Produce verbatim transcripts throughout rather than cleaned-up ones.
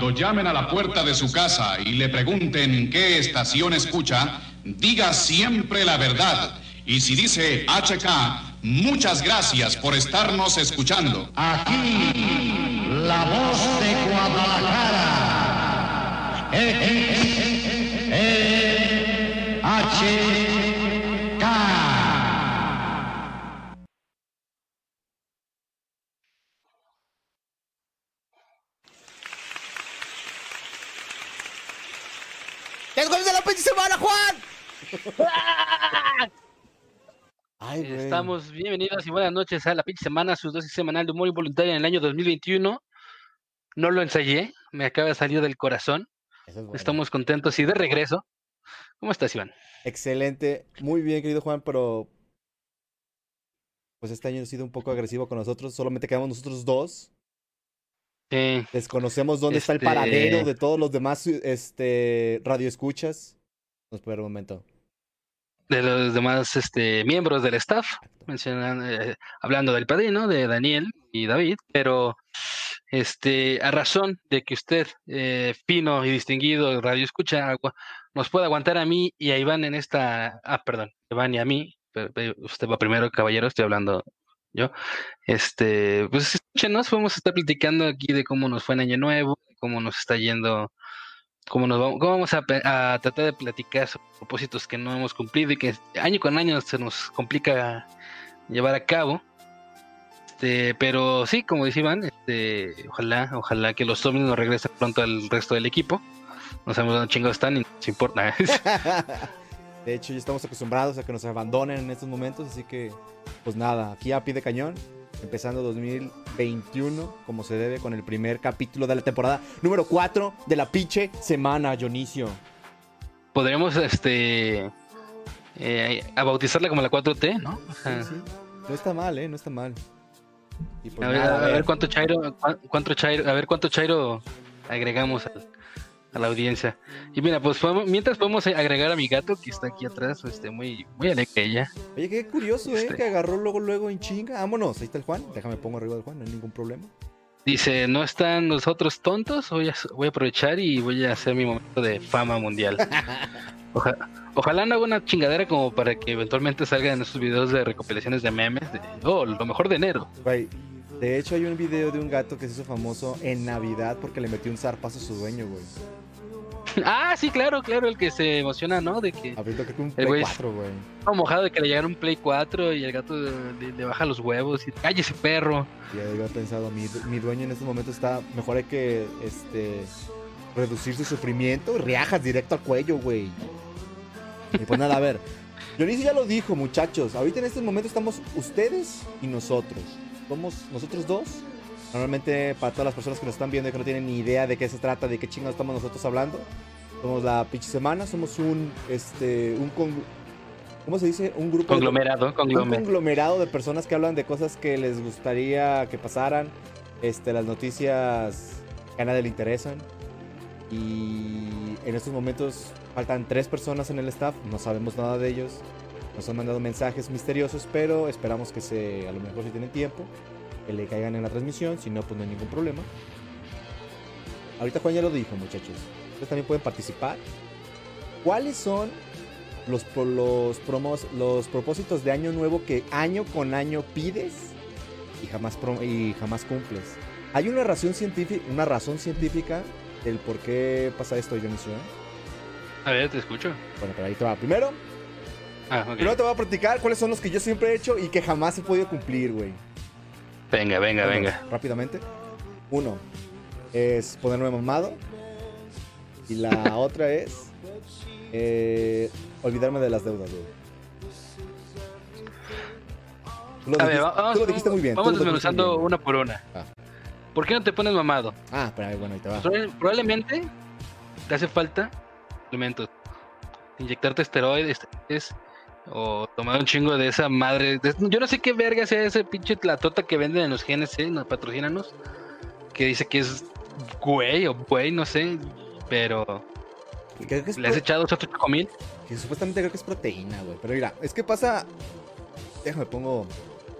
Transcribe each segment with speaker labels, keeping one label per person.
Speaker 1: Cuando llamen a la puerta de su casa y le pregunten qué estación escucha, diga siempre la verdad. Y si dice H K, muchas gracias por estarnos escuchando.
Speaker 2: Aquí, la voz de Guadalajara. E E H K.
Speaker 3: ¡Ya comienza la pinche semana, Juan! Ay, güey.
Speaker 4: Estamos bienvenidos y buenas noches a la pinche semana, su dosis semanal de humor involuntario en el año dos mil veintiuno. No lo ensayé, me acaba de salir del corazón.
Speaker 3: Eso es bueno.
Speaker 4: Estamos contentos y de regreso. ¿Cómo estás, Iván?
Speaker 3: Excelente, muy bien, querido Juan, pero pues este año ha sido un poco agresivo con nosotros. Solamente quedamos nosotros dos.
Speaker 4: Sí,
Speaker 3: Desconocemos dónde está el
Speaker 4: Este-
Speaker 3: paradero de todos los demás este, radioescuchas. Nos puede un momento.
Speaker 4: de los demás este, miembros del staff, mencionan, eh, hablando del padrino, de Daniel y David, pero este, a razón de que usted, eh, fino y distinguido radio escucha, agua, nos puede aguantar a mí y a Iván en esta, ah, perdón, Iván y a mí, pero- pero usted va primero, caballero, estoy hablando yo, este, pues escúchenos, vamos a estar platicando aquí de cómo nos fue en Año Nuevo, cómo nos está yendo, cómo nos vamos, cómo vamos a, pe- a tratar de platicar sobre propósitos que no hemos cumplido y que año con año se nos complica llevar a cabo. Este, pero sí, como dice Iván, este, ojalá, ojalá que los zombies nos regresen pronto al resto del equipo. No sabemos dónde chingados están y no nos importa.
Speaker 3: De hecho, ya estamos acostumbrados a que nos abandonen en estos momentos, así que, pues nada, aquí a pie de cañón, empezando dos mil veintiuno, como se debe, con el primer capítulo de la temporada número cuatro de la pinche semana, Dionisio.
Speaker 4: Podríamos este eh, a bautizarla como la cuatro T, ¿no? O sea,
Speaker 3: Sí, sí. No está mal, ¿eh? No está mal. Y pues
Speaker 4: a, ver,
Speaker 3: nada,
Speaker 4: a ver cuánto chairo, cua- cuánto chairo, a ver cuánto chairo agregamos al- a la audiencia. Y mira, pues podemos- mientras podemos agregar a mi gato que está aquí atrás, este, muy, muy alegre ella.
Speaker 3: Oye, qué curioso, ¿eh?
Speaker 4: Este-
Speaker 3: Que agarró luego, luego en chinga. Vámonos, ahí está el Juan. Déjame pongo arriba del Juan, no hay ningún problema.
Speaker 4: Dice, ¿no están los otros tontos? Voy a, voy a aprovechar y voy a hacer mi momento de fama mundial. Oja- ojalá no haga una chingadera como para que eventualmente salgan esos videos de recopilaciones de memes de, oh, lo mejor de enero.
Speaker 3: Güey, de hecho hay un video de un gato que se hizo famoso en Navidad porque le metió un zarpazo a su dueño, güey.
Speaker 4: Ah, sí, claro, claro, el que se emociona, ¿no? De que
Speaker 3: Abriendo creo que un
Speaker 4: El
Speaker 3: Play
Speaker 4: güey-
Speaker 3: cuatro, güey.
Speaker 4: está mojado de que le llegara un Play cuatro y el gato le, le baja los huevos y cállese, perro.
Speaker 3: Y ya había pensado, mi, mi dueño en este momento está, mejor hay que, este, reducir su sufrimiento. Riajas directo al cuello, güey. Y pues nada, a ver. Dionisio ya lo dijo, muchachos. Ahorita en este momento estamos ustedes y nosotros. Somos nosotros dos. Normalmente, para todas las personas que nos están viendo y que no tienen ni idea de qué se trata, de qué chingados estamos nosotros hablando, somos la pinche semana, somos un, este, un, con- ¿cómo se dice? Un grupo de-
Speaker 4: Conglomerado,
Speaker 3: un
Speaker 4: conglomerado.
Speaker 3: conglomerado de personas que hablan de cosas que les gustaría que pasaran, este, las noticias que a nadie le interesan. Y en estos momentos faltan tres personas en el staff, no sabemos nada de ellos. Nos han mandado mensajes misteriosos, pero esperamos que se, a lo mejor si tienen tiempo, que le caigan en la transmisión, si no, pues no hay ningún problema. Ahorita Juan ya lo dijo, muchachos. Ustedes también pueden participar. ¿Cuáles son los, pro- los, promos, los propósitos de año nuevo que año con año pides y jamás, pro- y jamás cumples? Hay una razón científica, una razón científica del por qué pasa esto, Dionisio, ¿eh?
Speaker 4: A ver, te escucho.
Speaker 3: Bueno, pero ahí te va. Primero,
Speaker 4: Ah, ok.
Speaker 3: primero te voy a platicar cuáles son los que yo siempre he hecho y que jamás he podido cumplir, güey.
Speaker 4: Venga, venga,
Speaker 3: Vámonos,
Speaker 4: venga.
Speaker 3: rápidamente. Uno es ponerme mamado. Y la otra es eh, olvidarme de las deudas, güey. Tú lo
Speaker 4: A ver,
Speaker 3: dijiste,
Speaker 4: vamos,
Speaker 3: tú lo dijiste muy bien. tú
Speaker 4: vamos
Speaker 3: lo dijiste muy
Speaker 4: desmenuzando
Speaker 3: bien.
Speaker 4: una por una.
Speaker 3: Ah.
Speaker 4: ¿Por qué no te pones mamado?
Speaker 3: Ah, pero bueno, ahí te va.
Speaker 4: Proba- Probablemente te hace falta suplementos. Inyectarte esteroides es- o tomar un chingo de esa madre. de- yo no sé qué verga sea ese pinche tlatota que venden en los G N C, nos patrocínanos. Que dice que es güey o güey, no sé. Pero
Speaker 3: Creo que, es
Speaker 4: le has
Speaker 3: pro-
Speaker 4: echado otro cinco mil.
Speaker 3: que supuestamente creo que es proteína, güey. Pero mira, es que pasa. Déjame pongo.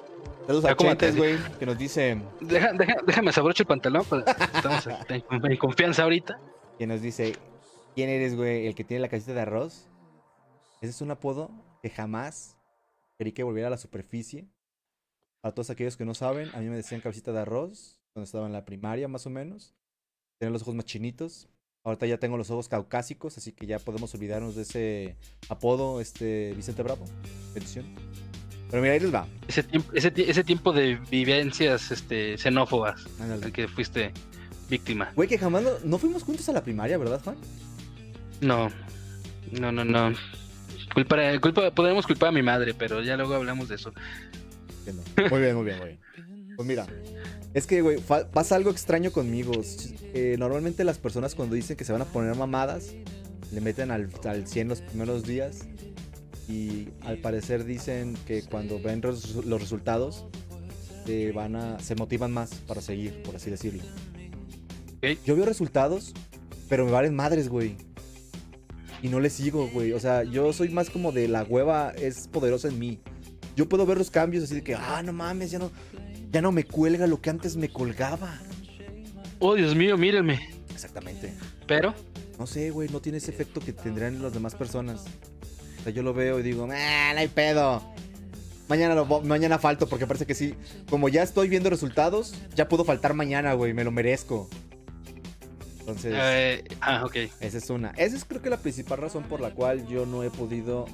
Speaker 3: Saludos a
Speaker 4: Acómate,
Speaker 3: Chentes, güey, que nos dice,
Speaker 4: Deja, deja, déjame sabrocho el pantalón, pues, estamos en, en confianza ahorita.
Speaker 3: que nos dice, ¿quién eres, güey? ¿El que tiene la casita de arroz? Ese es un apodo que jamás creí que volviera a la superficie. Para todos aquellos que no saben, a mí me decían cabecita de arroz cuando estaba en la primaria, más o menos. Tenía los ojos más chinitos. Ahorita ya tengo los ojos caucásicos, así que ya podemos olvidarnos de ese apodo, este Vicente Bravo. Bendición. Pero mira, ahí les va.
Speaker 4: Ese tiempo, ese, ese tiempo de vivencias este, xenófobas,
Speaker 3: Ándale.
Speaker 4: al que fuiste víctima.
Speaker 3: Güey, que jamás no, no fuimos juntos a la primaria, ¿verdad, Juan?
Speaker 4: No, no, no, no. Culpa, culpa, podemos culpar a mi madre, pero ya luego hablamos de eso.
Speaker 3: Entiendo. Muy bien, muy bien, muy bien. Pues mira, es que, güey, fa- pasa algo extraño conmigo. Eh, normalmente las personas cuando dicen que se van a poner mamadas, le meten al, al cien los primeros días. Y al parecer dicen que cuando ven res- los resultados, se, van a, se motivan más para seguir, por así decirlo.
Speaker 4: Ok.
Speaker 3: Yo veo resultados, pero me valen madres, güey. Y no le sigo, güey. O sea, yo soy más como de la hueva es poderosa en mí. Yo puedo ver los cambios así de que, ah, no mames, ya no, ya no me cuelga lo que antes me colgaba.
Speaker 4: Oh, Dios mío, mírenme.
Speaker 3: Exactamente.
Speaker 4: Pero,
Speaker 3: No sé, güey, no tiene ese efecto que tendrían las demás personas. O sea, yo lo veo y digo, ah, no hay pedo. Mañana, lo, mañana falto porque parece que sí. Como ya estoy viendo resultados, ya puedo faltar mañana, güey, me lo merezco. Entonces,
Speaker 4: eh, ah, ok.
Speaker 3: esa es una. Esa es creo que la principal razón por la cual yo no he podido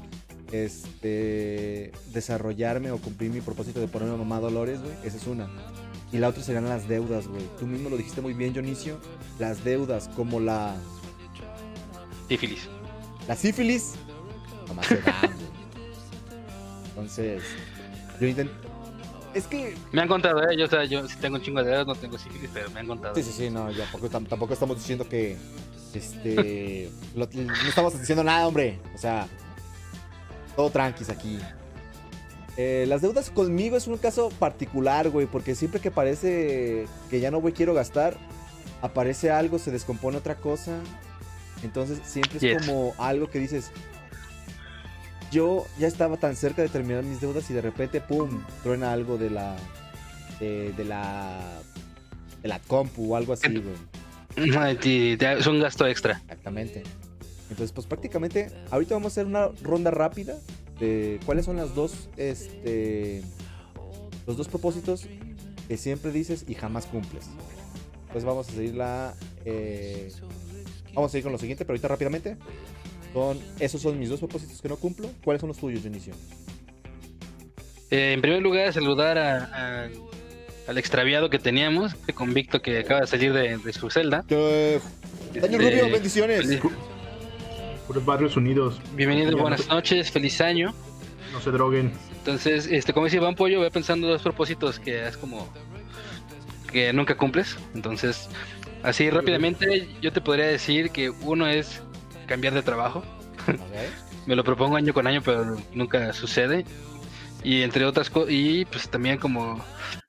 Speaker 3: este desarrollarme o cumplir mi propósito de ponerme mamá Dolores, güey. Esa es una. Y la otra serían las deudas, güey. Tú mismo lo dijiste muy bien, Dionisio. Las deudas, como la,
Speaker 4: Sífilis.
Speaker 3: la sífilis, nomás se dan, güey. Entonces, yo intento. Es que.
Speaker 4: Me han contado, ¿eh? Yo, o sea, yo sí tengo un chingo de dedos, no tengo sífilis, pero me han contado.
Speaker 3: Sí, sí, sí, no, ya, porque tam- tampoco estamos diciendo que. Este. lo- no estamos diciendo nada, hombre. O sea. Todo tranquis aquí. Eh, las deudas conmigo es un caso particular, güey, porque siempre que parece que ya no voy, quiero gastar, aparece algo, se descompone otra cosa. Entonces siempre es
Speaker 4: Yes.
Speaker 3: como algo que dices, yo ya estaba tan cerca de terminar mis deudas y de repente, pum, truena algo de la, de, de la, de la compu o algo así, güey.
Speaker 4: Ay, ti- te- Es un gasto extra.
Speaker 3: Exactamente. Entonces, pues prácticamente, ahorita vamos a hacer una ronda rápida de cuáles son las dos, este, los dos propósitos que siempre dices y jamás cumples. Pues vamos a seguir la, eh, vamos a seguir con lo siguiente, pero ahorita rápidamente. Son, esos son mis dos propósitos que no cumplo. ¿Cuáles son los tuyos, Dionisio?
Speaker 4: Eh, en primer lugar, saludar a, a- al extraviado que teníamos, este convicto que acaba de salir de, de su celda.
Speaker 3: Eh, Daniel
Speaker 4: Este,
Speaker 3: Rubio, bendiciones.
Speaker 4: feliz-
Speaker 5: Puros barrios unidos.
Speaker 4: Bienvenido,
Speaker 5: Ya
Speaker 4: buenas
Speaker 5: no,
Speaker 4: noches, feliz año.
Speaker 5: no se droguen.
Speaker 4: Entonces, este, como dice Iván Pollo, voy pensando dos propósitos que es como que nunca cumples. Entonces, así rápidamente, yo te podría decir que uno es cambiar de trabajo.
Speaker 3: Ok.
Speaker 4: Me lo propongo año con año, pero nunca sucede. Y entre otras cosas, y pues también como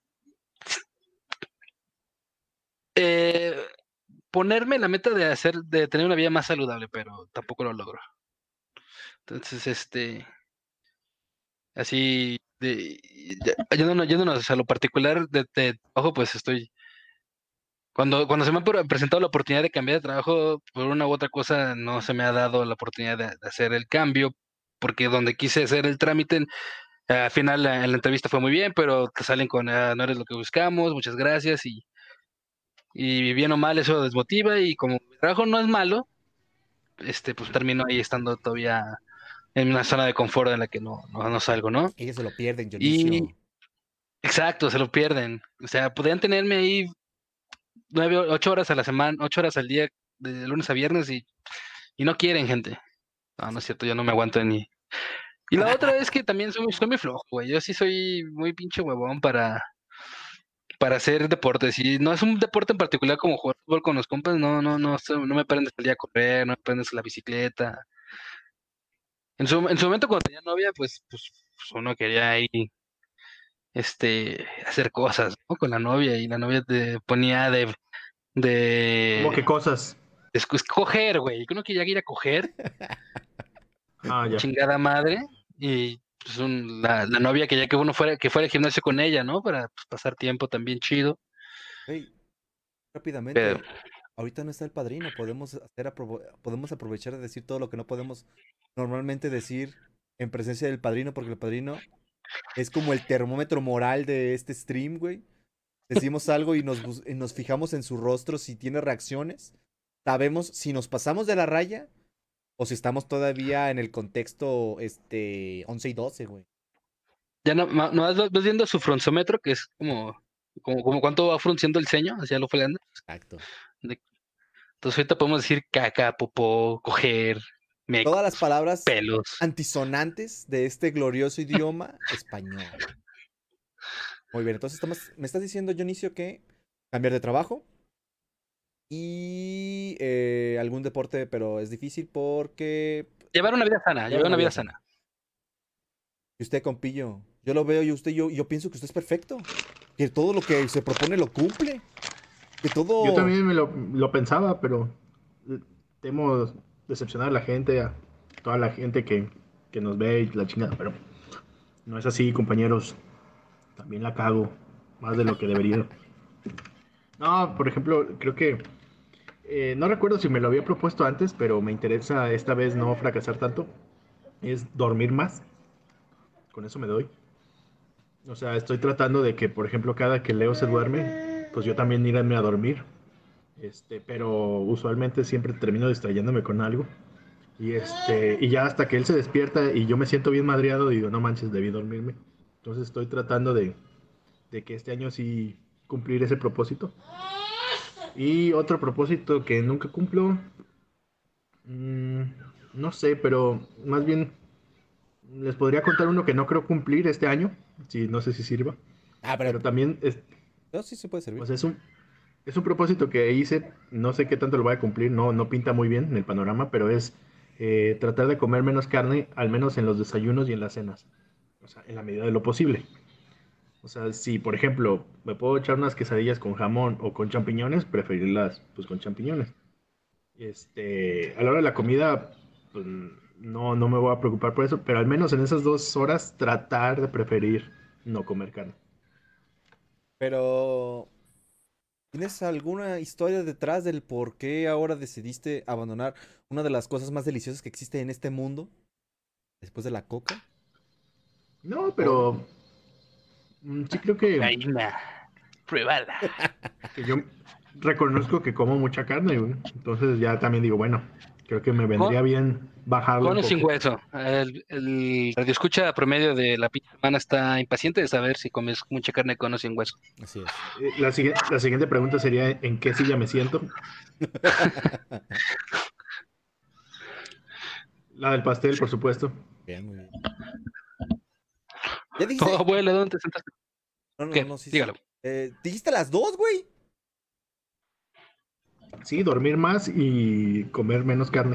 Speaker 4: eh, ponerme la meta de hacer, de tener una vida más saludable, pero tampoco lo logro. Entonces, este, así, de, ya- yéndonos, yéndonos a lo particular de, de trabajo, pues estoy, cuando, cuando se me ha por- presentado la oportunidad de cambiar de trabajo, por una u otra cosa, no se me ha dado la oportunidad de, de hacer el cambio, porque donde quise hacer el trámite, eh, al final la- en la entrevista fue muy bien, pero te salen con, "Ah, no eres lo que buscamos, muchas gracias", y, y bien o mal eso desmotiva, y como mi trabajo no es malo, este, pues termino ahí estando todavía en una zona de confort en la que no, no, no salgo, ¿no?
Speaker 3: Ellos se lo pierden, Dionisio.
Speaker 4: Y exacto, se lo pierden. O sea, podrían tenerme ahí nueve, o- ocho horas a la semana, ocho horas al día, de lunes a viernes, y, y no quieren, gente. No, no es cierto, yo no me aguanto ni. Y la otra es que también soy, muy- soy muy flojo, güey. Yo sí soy muy pinche huevón para, para hacer deportes. Y no es un deporte en particular como jugar fútbol con los compas, no, no, no, so- no me prendes salir a correr, no me prendes la bicicleta. En su, en su momento cuando tenía novia, pues, pues, pues uno quería ahí este, hacer cosas, ¿no? Con la novia, y la novia te ponía de, de,
Speaker 5: ¿Cómo que cosas?
Speaker 4: de esco- escoger, güey, que uno quería ir a coger,
Speaker 5: Ah, ya.
Speaker 4: chingada madre, y pues, un- la, la novia que ya que uno fuera, que fuera al gimnasio con ella, ¿no? Para pues, pasar tiempo también chido.
Speaker 3: Hey, rápidamente,
Speaker 4: Pero,
Speaker 3: ahorita no está el padrino, podemos hacer aprovo- podemos aprovechar de decir todo lo que no podemos normalmente decir en presencia del padrino, porque el padrino es como el termómetro moral de este stream, güey. Decimos algo y nos, bus- y nos fijamos en su rostro si tiene reacciones. Sabemos si nos pasamos de la raya o si estamos todavía en el contexto este once y doce, güey.
Speaker 4: ya no, ma- no vas, vas viendo su fronzómetro, que es como, como, como cuánto va frunciendo el ceño, hacia lo fue.
Speaker 3: Exacto.
Speaker 4: Entonces ahorita podemos decir caca, popó, coger, mecos,
Speaker 3: Todas las palabras
Speaker 4: pelos.
Speaker 3: antisonantes de este glorioso idioma español. Muy bien, entonces estamos, me estás diciendo, Dionisio, que cambiar de trabajo y eh, algún deporte, pero es difícil porque...
Speaker 4: Llevar una vida sana, llevar una vida sana.
Speaker 3: Y usted, compillo, yo lo veo y usted, yo, yo pienso que usted es perfecto. Que todo lo que se propone lo cumple. Que todo...
Speaker 5: Yo también me lo, lo pensaba, pero temo decepcionar a la gente, a toda la gente que, que nos ve y la chingada, pero no es así, compañeros. También la cago más de lo que debería. No, por ejemplo, creo que eh, no recuerdo si me lo había propuesto antes, pero me interesa esta vez no fracasar tanto. Es dormir más. Con eso me doy. O sea, estoy tratando de que, por ejemplo, cada que Leo se duerme, pues yo también irme a dormir. Este, pero usualmente siempre termino distrayéndome con algo. Y este, y ya hasta que él se despierta y yo me siento bien madreado, digo, no manches, debí dormirme. Entonces estoy tratando de, de que este año sí cumplir ese propósito. Y otro propósito que nunca cumplo, mmm, no sé, pero más bien les podría contar uno que no creo cumplir este año, si no sé si sirva.
Speaker 3: Ah, pero...
Speaker 5: Pero también es,
Speaker 3: No, sí se puede servir.
Speaker 5: pues es un, es un propósito que hice, no sé qué tanto lo voy a cumplir, no, no pinta muy bien en el panorama, pero es eh, tratar de comer menos carne, al menos en los desayunos y en las cenas. O sea, en la medida de lo posible. O sea, si por ejemplo me puedo echar unas quesadillas con jamón o con champiñones, preferirlas pues con champiñones. Este, a la hora de la comida, pues, no, no me voy a preocupar por eso, pero al menos en esas dos horas tratar de preferir no comer carne.
Speaker 3: Pero... ¿Tienes alguna historia detrás del por qué ahora decidiste abandonar una de las cosas más deliciosas que existe en este mundo? Después de la coca.
Speaker 5: No,
Speaker 3: Hola.
Speaker 5: pero mm, sí creo que,
Speaker 4: Cocaína, pruébala.
Speaker 5: que yo reconozco que como mucha carne, güey. Entonces ya también digo, bueno, creo que me vendría
Speaker 4: Con,
Speaker 5: bien bajarle
Speaker 4: con
Speaker 5: un
Speaker 4: o sin
Speaker 5: poco.
Speaker 4: hueso. El, el radioescucha promedio de la pinche semana está impaciente de saber si comes mucha carne con o sin hueso.
Speaker 3: Así es.
Speaker 5: Eh, La, sigue- la siguiente pregunta sería, ¿en qué silla me siento? La del pastel, por supuesto.
Speaker 3: Bien, muy bien. ¿Ya
Speaker 4: Oh,
Speaker 3: dijiste?
Speaker 4: abuelo, ¿dónde te sentaste?
Speaker 3: No, no,
Speaker 4: ¿Qué?
Speaker 3: no, no, sí,
Speaker 4: Dígalo.
Speaker 3: sí. Eh, ¿dijiste las dos, güey?
Speaker 5: Sí, dormir más y comer menos carne.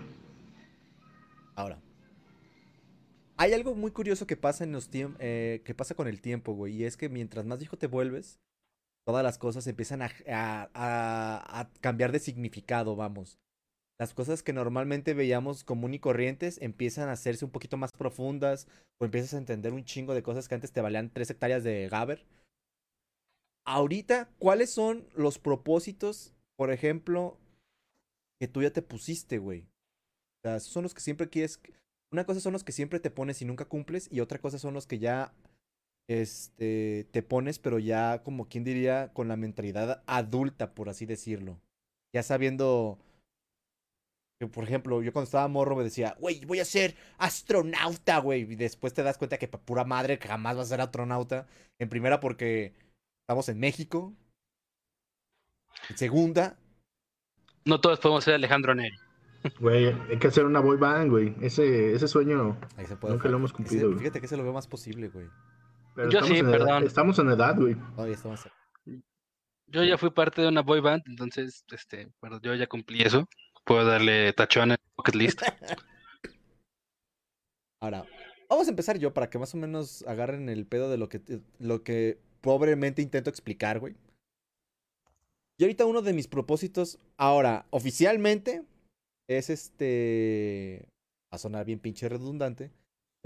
Speaker 3: Ahora. Hay algo muy curioso que pasa en los tiempos, que pasa con el tiempo, güey. Y es que mientras más viejo te vuelves, todas las cosas empiezan a, a- a- a cambiar de significado, vamos. Las cosas que normalmente veíamos común y corrientes empiezan a hacerse un poquito más profundas o empiezas a entender un chingo de cosas que antes te valían tres hectáreas de Gaber. Ahorita, ¿cuáles son los propósitos, por ejemplo, que tú ya te pusiste, güey? O sea, esos son los que siempre quieres. Una cosa son los que siempre te pones y nunca cumples, y otra cosa son los que ya este, te pones, pero ya, como quien diría, con la mentalidad adulta, por así decirlo. Ya sabiendo que, por ejemplo, yo cuando estaba morro me decía, güey, voy a ser astronauta, güey. Y después te das cuenta que pa' pura madre que jamás vas a ser astronauta. En primera, porque estamos en México. En segunda,
Speaker 4: No todos podemos ser Alejandro Neri.
Speaker 5: Güey, hay que hacer una boy band, güey. Ese, ese sueño
Speaker 3: ahí se puede.
Speaker 5: nunca lo hemos
Speaker 3: ese-
Speaker 5: cumplido, güey.
Speaker 3: fíjate que se lo veo más posible, güey.
Speaker 5: Pero
Speaker 4: Yo
Speaker 5: estamos
Speaker 4: sí,
Speaker 5: en edad,
Speaker 4: perdón.
Speaker 5: estamos en edad, güey.
Speaker 3: Todavía estamos.
Speaker 4: Yo ya fui parte de una boy band, entonces, este, bueno, yo ya cumplí eso. Puedo darle tachón en el bucket list.
Speaker 3: Ahora, vamos a empezar yo para que más o menos agarren el pedo de lo que, te- lo que pobremente intento explicar, güey. Y ahorita uno de mis propósitos, ahora, oficialmente, es este... Va a sonar bien pinche redundante,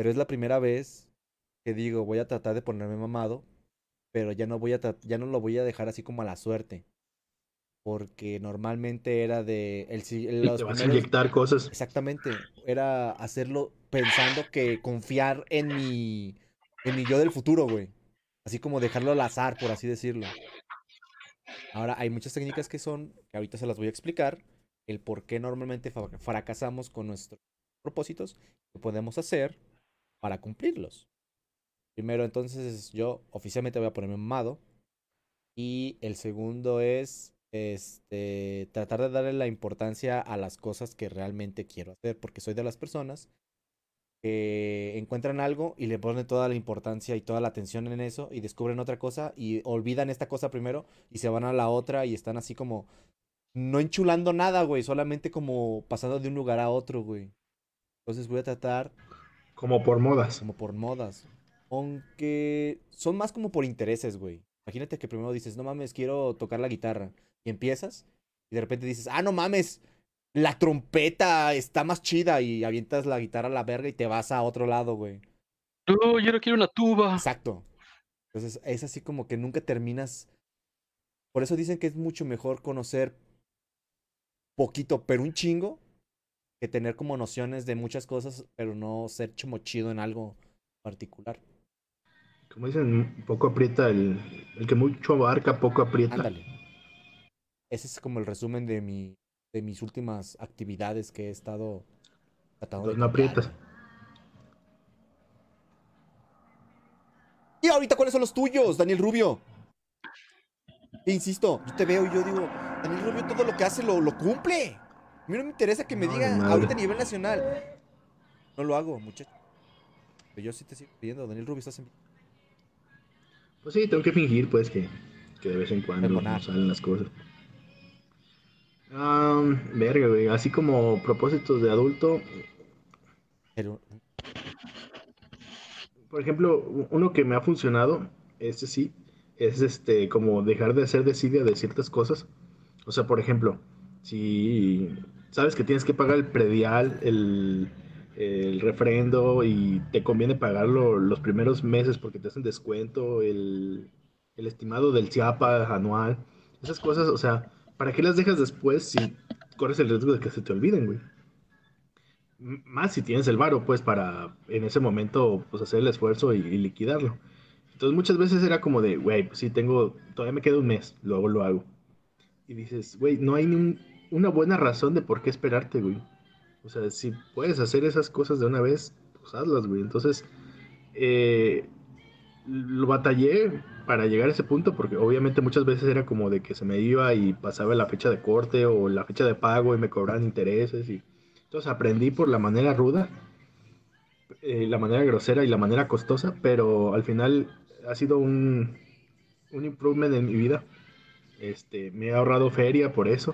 Speaker 3: pero es la primera vez que digo, voy a tratar de ponerme mamado, pero ya no voy a tra- ya no lo voy a dejar así como a la suerte, porque normalmente era de el, si- los
Speaker 5: Te vas a
Speaker 3: primeros,
Speaker 5: inyectar cosas.
Speaker 3: exactamente, era hacerlo pensando que confiar en mi en mi yo del futuro, güey. Así como dejarlo al azar, por así decirlo. Ahora, hay muchas técnicas que son, que ahorita se las voy a explicar, el por qué normalmente fa- fracasamos con nuestros propósitos, qué podemos hacer para cumplirlos. Primero, entonces, yo oficialmente voy a ponerme mamado. Y el segundo es, este, tratar de darle la importancia a las cosas que realmente quiero hacer, porque soy de las personas que encuentran algo y le ponen toda la importancia y toda la atención en eso y descubren otra cosa y olvidan esta cosa primero y se van a la otra y están así como no enchulando nada, güey, solamente como pasando de un lugar a otro, güey. Entonces voy a tratar
Speaker 5: Como por modas.
Speaker 3: como por modas, aunque son más como por intereses, güey. Imagínate que primero dices, no mames, quiero tocar la guitarra y empiezas y de repente dices, ah, no mames, la trompeta está más chida y avientas la guitarra a la verga y te vas a otro lado, güey.
Speaker 4: No, yo no quiero una tuba.
Speaker 3: Exacto. Entonces es así como que nunca terminas. Por eso dicen que es mucho mejor conocer poquito, pero un chingo, que tener como nociones de muchas cosas, pero no ser chido en algo particular.
Speaker 5: Como dicen, poco aprieta el, el que mucho abarca, poco aprieta.
Speaker 3: Ándale. Ese es como el resumen de mi, de mis últimas actividades que he estado tratando de
Speaker 5: Entonces no
Speaker 3: cambiar,
Speaker 5: aprietas.
Speaker 3: güey. ¿Y ahorita cuáles son los tuyos, Daniel Rubio? E insisto, yo te veo y yo digo, Daniel Rubio todo lo que hace lo, lo cumple. A mí no me interesa que me
Speaker 5: No, ni
Speaker 3: diga
Speaker 5: madre.
Speaker 3: ahorita a nivel nacional. No lo hago, muchacho. Pero yo sí te sigo pidiendo, Daniel Rubio, estás en...
Speaker 5: Pues sí, tengo que fingir, pues, que, que de vez en cuando
Speaker 3: Perdonar.
Speaker 5: no salen las cosas. Ah, verga, güey. Así como propósitos de adulto,
Speaker 3: Pero,
Speaker 5: por ejemplo, u- uno que me ha funcionado, este sí, es este, como dejar de hacer desidia de ciertas cosas. O sea, por ejemplo, si sabes que tienes que pagar el predial, el, el refrendo y te conviene pagarlo los primeros meses porque te hacen descuento, el, el estimado del CIAPA anual, esas cosas, o sea, ¿para qué las dejas después si corres el riesgo de que se te olviden, güey? M- Más si tienes el varo, pues, para en ese momento, pues, hacer el esfuerzo y, y liquidarlo. Entonces, muchas veces era como de, güey, pues sí, tengo, todavía me queda un mes, luego lo hago. Y dices, güey, no hay ni un- una buena razón de por qué esperarte, güey. O sea, si puedes hacer esas cosas de una vez, pues hazlas, güey. Entonces, eh, lo batallé para llegar a ese punto porque obviamente muchas veces era como de que se me iba y pasaba la fecha de corte o la fecha de pago y me cobraban intereses y entonces aprendí por la manera ruda, eh, la manera grosera y la manera costosa, pero al final ha sido un, un improvement en mi vida. Este, me he ahorrado feria por eso.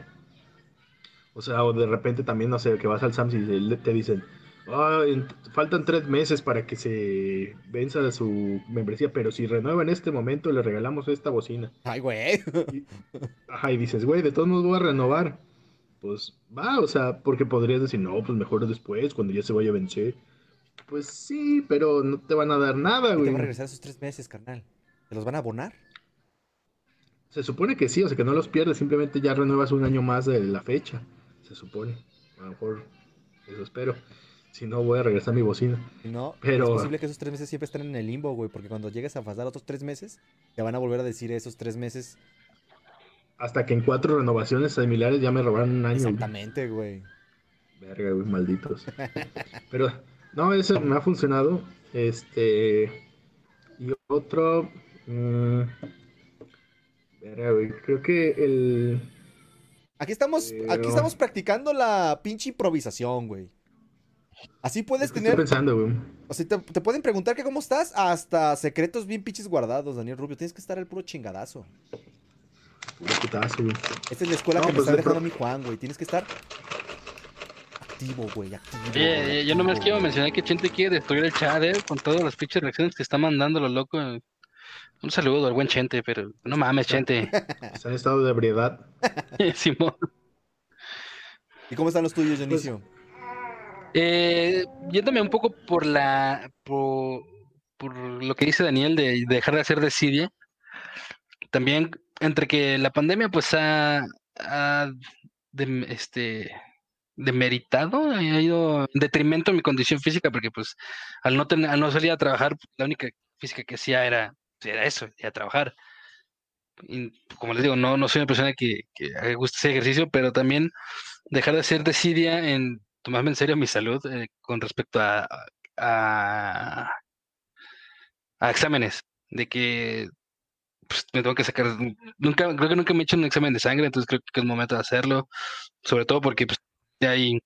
Speaker 5: O sea, o de repente también, no sé, que vas al Sams y te te dicen, "Ah, en- faltan tres meses para que se venza su membresía, pero si renueva en este momento le regalamos esta bocina.
Speaker 3: ay, güey.
Speaker 5: Y, ajá, y dices, güey, de todos modos voy a renovar. Pues va, o sea, porque podrías decir, no, pues mejor después, cuando ya se vaya a vencer. Pues sí, pero no te van a dar nada,
Speaker 3: ¿Qué te va a
Speaker 5: güey.
Speaker 3: regresar esos tres meses, carnal? ¿Te los van a abonar?
Speaker 5: Se supone que sí, o sea, que no los pierdes, simplemente ya renuevas un año más de la fecha. Se supone. A lo mejor eso espero. Si no, voy a regresar mi bocina.
Speaker 3: Si no, es
Speaker 5: Pero
Speaker 3: posible que esos tres meses siempre estén en el limbo, güey, porque cuando llegues a pasar otros tres meses, te van a volver a decir esos tres meses.
Speaker 5: hasta que en cuatro renovaciones similares ya me robaron un año, güey.
Speaker 3: Exactamente, güey.
Speaker 5: Verga, güey, malditos. Pero, no, ese me ha funcionado. Este. Y otro. mm, verga, güey. Creo que el.
Speaker 3: Aquí estamos,
Speaker 5: eh,
Speaker 3: aquí
Speaker 5: oh,
Speaker 3: estamos practicando la pinche improvisación, güey. Así
Speaker 5: es
Speaker 3: puedes
Speaker 5: que estoy
Speaker 3: tener,
Speaker 5: pensando, güey.
Speaker 3: o sea, te, te pueden preguntar que cómo estás, hasta secretos bien pinches guardados, Daniel Rubio. Tienes que estar al puro chingadazo.
Speaker 5: Puro putazo, güey.
Speaker 3: Esta es la escuela
Speaker 5: No,
Speaker 3: que me
Speaker 5: pues
Speaker 3: está
Speaker 5: de
Speaker 3: dejando
Speaker 5: pro-
Speaker 3: mi Juan, güey. Tienes que estar activo, güey, activo.
Speaker 4: Oye,
Speaker 3: güey,
Speaker 4: eh, yo nomás
Speaker 3: activo,
Speaker 4: quiero
Speaker 3: güey.
Speaker 4: mencionar que Chente quiere destruir el chat, eh, con todas las pinches reacciones que está mandando lo loco. Un saludo al buen Chente, pero no mames,
Speaker 5: Está,
Speaker 4: Chente.
Speaker 5: está en estado de ebriedad.
Speaker 4: Simón.
Speaker 3: ¿Y cómo están los tuyos,
Speaker 5: Pues,
Speaker 3: Dionisio?
Speaker 4: Eh, yéndome un poco por la por, por lo que dice Daniel de dejar de hacer desidia, también entre que la pandemia pues ha, ha dem- este demeritado, ha ido en detrimento de mi condición física, porque pues al no tener, al no salir a trabajar, la única física que hacía era, era eso, ir a trabajar. Y, como les digo, no, no soy una persona que, que le guste ese ejercicio, pero también dejar de hacer desidia en tomarme en serio mi salud eh, con respecto a, a, a exámenes, de que pues, me tengo que sacar, nunca, creo que nunca me he hecho un examen de sangre, entonces creo que es momento de hacerlo, sobre todo porque pues, ya hay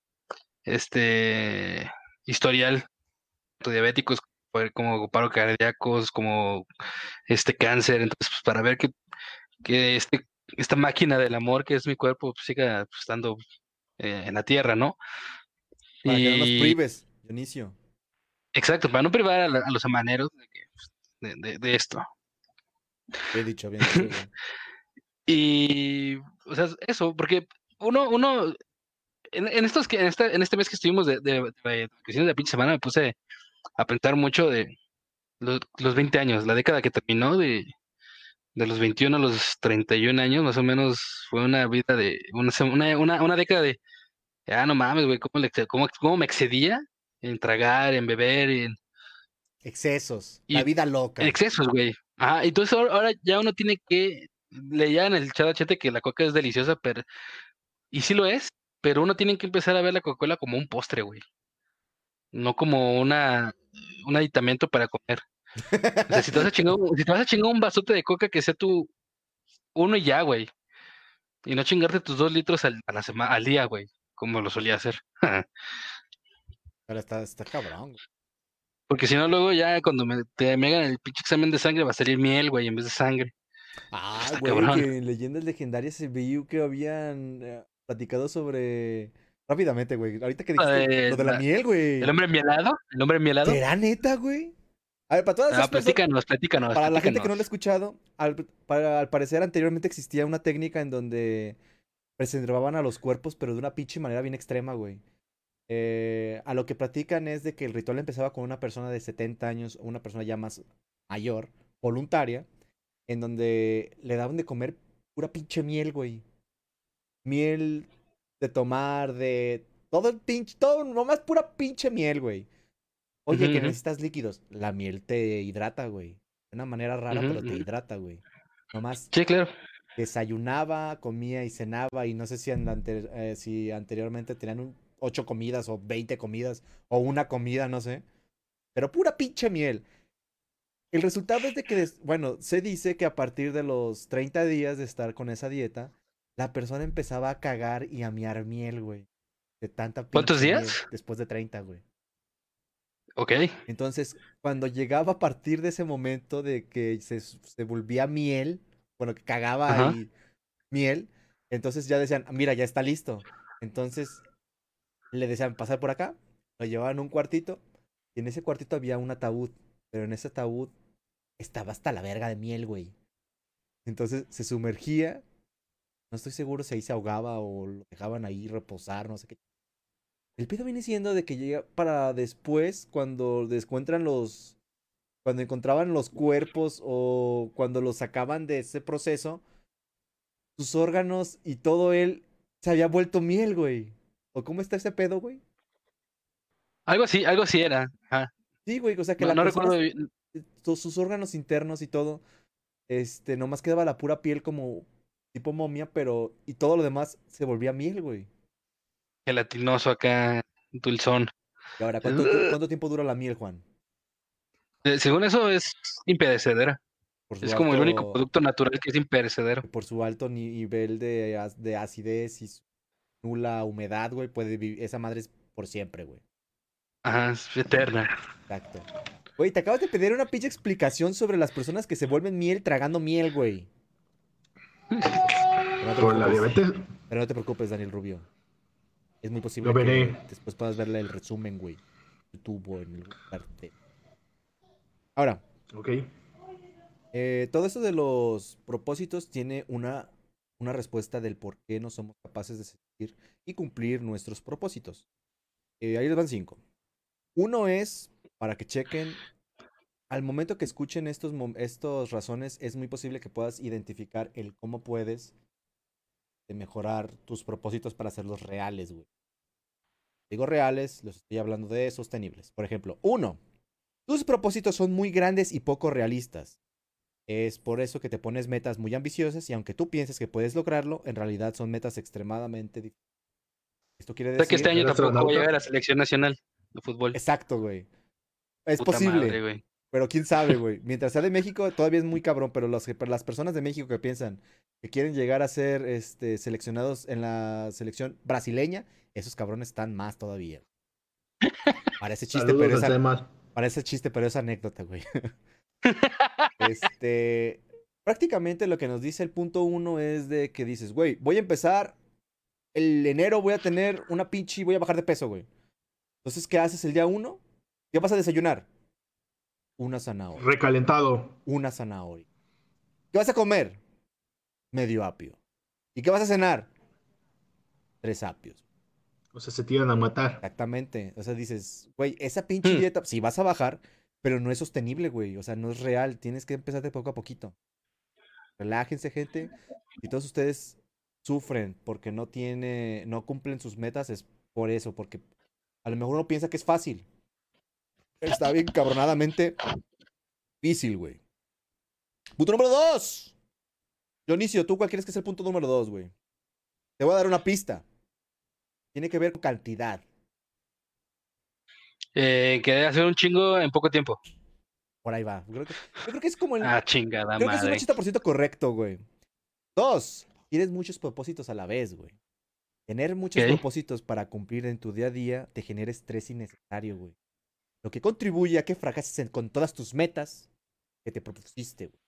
Speaker 4: este historial, tanto diabéticos pues, como paro cardíacos, como este cáncer, entonces pues, para ver que, que este, esta máquina del amor que es mi cuerpo pues, siga pues, estando eh, en la tierra, ¿no?
Speaker 3: Para que no nos
Speaker 4: Y
Speaker 3: prives, Dionisio.
Speaker 4: exacto, para no privar a, la- a los amaneros de, que, pues, de, de- de esto.
Speaker 3: Bien dicho, bien dicho, güey.
Speaker 4: Y, o sea, eso, porque uno, uno, en, en estos que, en, esta, en este mes que estuvimos de, de, de, de vacaciones de la pinche semana, me puse a pensar mucho de los, los veinte años, la década que terminó de, de los veintiuno a los treinta y un años, más o menos, fue una vida de, una, se- una, una, una década de, ah, no mames, güey, ¿cómo, le, cómo, cómo me excedía en tragar, en beber, en,
Speaker 3: Excesos, la
Speaker 4: y
Speaker 3: vida
Speaker 4: en
Speaker 3: loca.
Speaker 4: excesos, güey. Ajá, entonces ahora, ahora ya uno tiene que, leía en el chat chete que la coca es deliciosa, pero, y sí lo es, pero uno tiene que empezar a ver la Coca-Cola como un postre, güey, no como una, un aditamento para comer. O sea, si te vas a chingar, un- si te vas a chingar un vasote de coca que sea tu uno y ya, güey. Y no chingarte tus dos litros al, a la semana, al día, güey, como lo solía hacer.
Speaker 3: Pero está, está cabrón, güey.
Speaker 4: Porque si no, luego ya cuando me, te me hagan el pinche examen de sangre va a salir miel, güey, en vez de sangre.
Speaker 3: Ah,
Speaker 4: Está
Speaker 3: güey,
Speaker 4: cabrón.
Speaker 3: que en Leyendas Legendarias se vio que habían eh, platicado sobre... Rápidamente, güey. Ahorita que
Speaker 4: La
Speaker 3: dijiste
Speaker 4: de-
Speaker 3: lo de la
Speaker 4: la-
Speaker 3: miel,
Speaker 4: el
Speaker 3: güey.
Speaker 4: hombre mielado, el hombre mielado.
Speaker 3: ¿Será neta, güey? A ver, para todas
Speaker 4: Ah,
Speaker 3: esas personas,
Speaker 4: platícanos, platícanos,
Speaker 3: para la gente que no lo ha
Speaker 4: platícanos.
Speaker 3: escuchado, al, para- al parecer anteriormente existía una técnica en donde preservaban a los cuerpos, pero de una pinche manera bien extrema, güey. Eh, a lo que platican es de que el ritual empezaba con una persona de setenta años o una persona ya más mayor, voluntaria, en donde le daban de comer pura pinche miel, güey. Miel de tomar, de todo el pinche, todo, nomás pura pinche miel, güey.
Speaker 4: Ujú,
Speaker 3: Oye, que
Speaker 4: ujú,
Speaker 3: necesitas líquidos. La miel te hidrata, güey. De una manera rara,
Speaker 4: ujú,
Speaker 3: pero te
Speaker 4: ujú.
Speaker 3: hidrata, güey. Nomás
Speaker 4: Sí, claro.
Speaker 3: desayunaba, comía y cenaba. Y no sé si, en ante- eh, si anteriormente tenían un- ocho comidas o veinte comidas o una comida, no sé. Pero pura pinche miel. El resultado es de que, des- bueno, se dice que a partir de los treinta días de estar con esa dieta, la persona empezaba a cagar y a miar miel, güey. De tanta
Speaker 4: ¿Cuántos
Speaker 3: pinche miel.
Speaker 4: días?
Speaker 3: Después de treinta, güey.
Speaker 4: Ok.
Speaker 3: Entonces, cuando llegaba a partir de ese momento de que se, se volvía miel, bueno, que cagaba
Speaker 4: Ajá.
Speaker 3: y miel, entonces ya decían, "Ah, mira, ya está listo." Entonces le decían pasar por acá, lo llevaban a un cuartito y en ese cuartito había un ataúd, pero en ese ataúd estaba hasta la verga de miel, güey. Entonces se sumergía, no estoy seguro si ahí se ahogaba o lo dejaban ahí reposar, no sé qué. El pedo viene siendo de que llega para después, cuando encuentran los cuando encontraban los cuerpos o cuando los sacaban de ese proceso, sus órganos y todo él se había vuelto miel, güey. ¿O cómo está ese pedo, güey?
Speaker 4: Algo así, algo así era. Ajá.
Speaker 3: Sí, güey, o sea que
Speaker 4: No,
Speaker 3: la
Speaker 4: no
Speaker 3: persona,
Speaker 4: recuerdo bien.
Speaker 3: eh, sus sus órganos internos y todo, este, nomás quedaba la pura piel como tipo momia, pero y todo lo demás se volvía miel, güey.
Speaker 4: Gelatinoso acá, dulzón.
Speaker 3: Y ahora, ¿cuánto, du- cuánto tiempo dura la miel, Juan?
Speaker 4: Eh, Según eso es imperecedera.
Speaker 3: Por su
Speaker 4: Es como el único
Speaker 3: alto,
Speaker 4: producto natural que es imperecedero.
Speaker 3: por su alto ni- nivel de, as- de acidez y su nula humedad, güey, puede vivir, esa madre es por siempre, güey.
Speaker 4: Ajá, es eterna.
Speaker 3: Exacto. Güey, te acabas de pedir una pinche explicación sobre las personas que se vuelven miel tragando miel, güey. Pero no te
Speaker 5: Por la
Speaker 3: preocupes.
Speaker 5: diabetes,
Speaker 3: Pero no te preocupes, Daniel Rubio. Es muy
Speaker 5: lo
Speaker 3: posible
Speaker 5: veré.
Speaker 3: que después puedas verle el resumen, güey. YouTube o en el lugar de- Ahora,
Speaker 5: Ok.
Speaker 3: eh, todo esto de los propósitos tiene una, una respuesta del por qué no somos capaces de seguir y cumplir nuestros propósitos. Eh, ahí les van cinco. Uno es para que chequen. Al momento que escuchen estos, mom- estos razones, es muy posible que puedas identificar el cómo puedes de mejorar tus propósitos para hacerlos reales, güey. Digo reales, los estoy hablando de sostenibles. Por ejemplo, uno, tus propósitos son muy grandes y poco realistas. Es por eso que te pones metas muy ambiciosas y aunque tú pienses que puedes lograrlo, en realidad son metas extremadamente difíciles. Esto quiere
Speaker 4: O sea que este
Speaker 3: decir,
Speaker 4: año
Speaker 5: ¿Ser
Speaker 4: tampoco voy a llegar a
Speaker 5: astronauta?
Speaker 4: la selección nacional de fútbol.
Speaker 3: exacto, güey. Es
Speaker 4: Puta madre,
Speaker 3: posible,
Speaker 4: güey.
Speaker 3: pero quién sabe, güey. Mientras sea de México, todavía es muy cabrón, pero los que- pero las personas de México que piensan que quieren llegar a ser este, seleccionados en la selección brasileña, esos cabrones están más todavía. Parece chiste, pero
Speaker 5: Saludos al
Speaker 3: esa,
Speaker 5: Semas.
Speaker 3: parece chiste, pero es anécdota, güey. Este, prácticamente lo que nos dice el punto uno es de que dices, güey, voy a empezar, el enero voy a tener una pinche, voy a bajar de peso, güey. Entonces, ¿qué haces el día uno? ¿Qué vas a desayunar? Una zanahoria.
Speaker 5: Recalentado.
Speaker 3: Una zanahoria. ¿Qué vas a comer? Medio apio. ¿Y qué vas a cenar? Tres apios.
Speaker 5: O sea, se tiran a matar.
Speaker 3: Exactamente. O sea, dices, güey, esa pinche
Speaker 4: Hmm.
Speaker 3: dieta, sí vas a bajar, pero no es sostenible, güey. O sea, no es real. Tienes que empezar de poco a poquito. Relájense, gente. Si todos ustedes sufren porque no tiene, no cumplen sus metas, es por eso, porque a lo mejor uno piensa que es fácil. Pero está bien cabronadamente difícil, güey. Punto número dos. Dionisio, ¿tú cuál crees que es el punto número dos, güey? Te voy a dar una pista. Tiene que ver con cantidad.
Speaker 4: Eh, quería hacer un chingo en poco tiempo.
Speaker 3: Por ahí va. Yo creo que, yo creo que es como el.
Speaker 4: Ah, chingada
Speaker 3: Creo que es un
Speaker 4: madre.
Speaker 3: ochenta por ciento correcto, güey. Dos. Tienes muchos propósitos a la vez, güey. Tener muchos
Speaker 4: Ok.
Speaker 3: propósitos para cumplir en tu día a día te genera estrés innecesario, güey. Lo que contribuye a que fracases en- con todas tus metas que te propusiste, güey.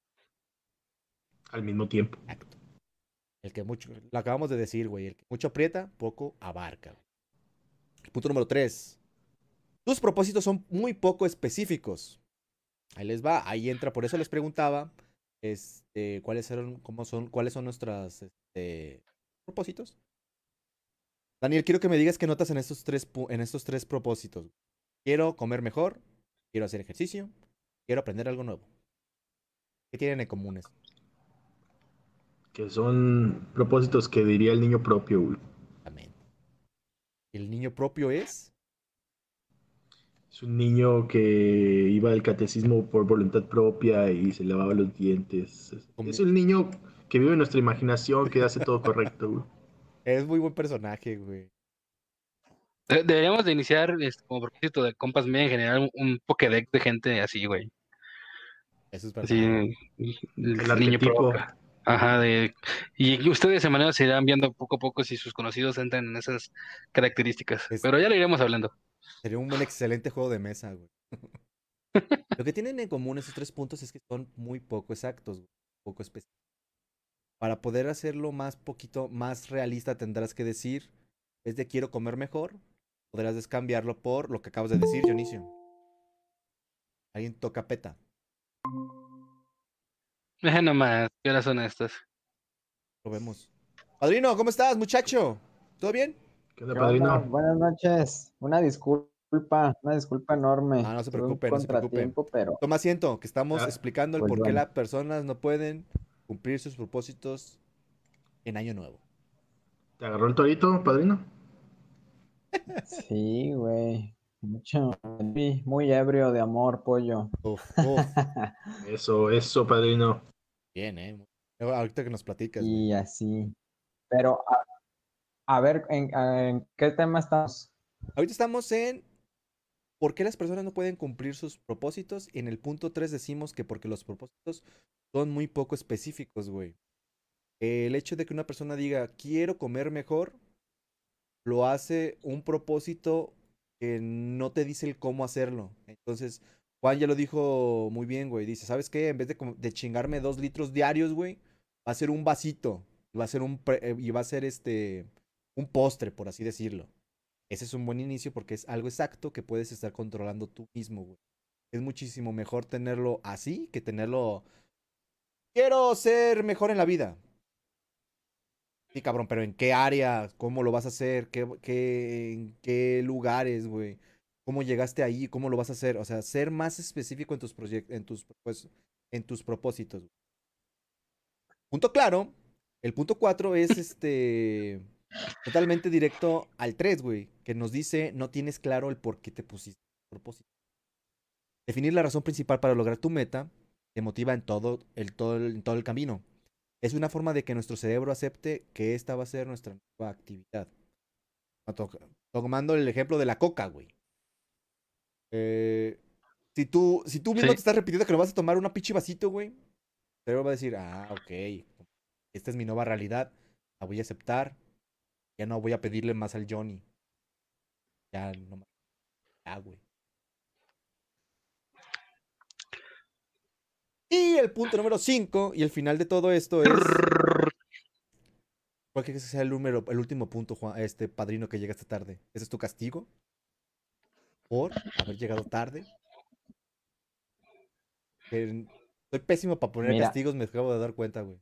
Speaker 5: Al mismo tiempo.
Speaker 3: Exacto. El que mucho, lo acabamos de decir, güey. El que mucho aprieta, poco abarca, güey. Punto número tres. Tus propósitos son muy poco específicos. Ahí les va, ahí entra, por eso les preguntaba, este, cuáles eran, cómo son, cuáles son nuestros este, propósitos. Daniel, quiero que me digas qué notas en estos tres, pu- en estos tres propósitos. Quiero comer mejor, quiero hacer ejercicio, quiero aprender algo nuevo. ¿Qué tienen en común eso?
Speaker 5: Que son propósitos que diría el niño propio, güey.
Speaker 3: Exactamente. El niño propio es,
Speaker 5: Es un niño que iba al catecismo por voluntad propia y se lavaba los dientes. Es, es
Speaker 3: como-
Speaker 5: el niño que vive en nuestra imaginación, que hace todo correcto, güey.
Speaker 3: es muy buen personaje, güey.
Speaker 4: De- Deberíamos de iniciar este, como propósito de compas media en general un, un Pokédex de gente así, güey.
Speaker 3: Eso es
Speaker 4: Así,
Speaker 3: verdad.
Speaker 4: el
Speaker 5: El
Speaker 4: niño
Speaker 5: arquetipo.
Speaker 4: propio. Ajá, de, y ustedes de manera se irán viendo poco a poco si sus conocidos entran en esas características.
Speaker 3: Es,
Speaker 4: Pero ya lo iremos hablando.
Speaker 3: sería un buen excelente juego de mesa, güey. Lo que tienen en común esos tres puntos es que son muy poco exactos, güey, poco específicos. Para poder hacerlo más poquito más realista tendrás que decir, es de quiero comer mejor, podrás descambiarlo por lo que acabas de decir, Dionisio. Alguien toca peta.
Speaker 4: Eh, nomás, ¿qué horas son estas?
Speaker 3: Lo vemos. Padrino, ¿cómo estás, muchacho? ¿Todo bien?
Speaker 5: ¿Qué onda,
Speaker 6: ¿Qué onda?
Speaker 5: padrino?
Speaker 6: Buenas noches. Una disculpa, una disculpa enorme.
Speaker 3: Ah, no se
Speaker 6: Tuve un
Speaker 3: preocupe, no se preocupe.
Speaker 6: contratiempo, pero
Speaker 3: Toma asiento, que estamos
Speaker 5: Ah,
Speaker 3: explicando el
Speaker 6: pues
Speaker 3: por qué
Speaker 6: bueno.
Speaker 3: las personas no pueden cumplir sus propósitos en Año Nuevo.
Speaker 5: ¿Te agarró el torito, padrino?
Speaker 6: Sí, güey. Mucho, muy, muy ebrio de amor, pollo.
Speaker 3: Uf, uf.
Speaker 5: Eso, eso, padrino.
Speaker 3: Bien, eh. Ahorita que nos platicas, güey.
Speaker 6: Y así. Pero, a, a ver, ¿en, en qué tema estamos?
Speaker 3: Ahorita estamos en por qué las personas no pueden cumplir sus propósitos. Y en el punto tres decimos que porque los propósitos son muy poco específicos, güey. El hecho de que una persona diga, quiero comer mejor, lo hace un propósito que no te dice el cómo hacerlo. Entonces, Juan ya lo dijo muy bien, güey. Dice, ¿sabes qué? En vez de, com- de chingarme dos litros diarios, güey, va a ser un vasito. Y va a ser un, pre- eh, y va a ser este, un postre, por así decirlo. Ese es un buen inicio porque es algo exacto que puedes estar controlando tú mismo, güey. Es muchísimo mejor tenerlo así que tenerlo. Quiero ser mejor en la vida. Sí, cabrón, pero ¿en qué área? ¿Cómo lo vas a hacer? ¿Qué, qué, en qué lugares, güey? ¿Cómo llegaste ahí? ¿Cómo lo vas a hacer? O sea, ser más específico en tus proyectos, en tus, pues, en tus propósitos. Punto claro. El punto cuatro es este totalmente directo al tres, güey, que nos dice no tienes claro el por qué te pusiste propósito. Definir la razón principal para lograr tu meta te motiva en todo el, todo el, en todo el camino. Es una forma de que nuestro cerebro acepte que esta va a ser nuestra nueva actividad. Tomando el ejemplo de la coca, güey. Eh, si, tú, si tú mismo
Speaker 4: Sí.
Speaker 3: te estás repitiendo que lo vas a tomar una pinche vasito, güey, el cerebro va a decir, ah, ok, esta es mi nueva realidad, la voy a aceptar, ya no voy a pedirle más al Johnny. Ya no más. Ya, güey. Y el punto número cinco y el final de todo esto es. ¿Cuál crees que sea el número, el último punto, Juan, este padrino que llega esta tarde? ¿Ese es tu castigo? ¿Por haber llegado tarde? Que soy pésimo para poner
Speaker 6: Mira,
Speaker 3: castigos, me acabo de dar cuenta, güey.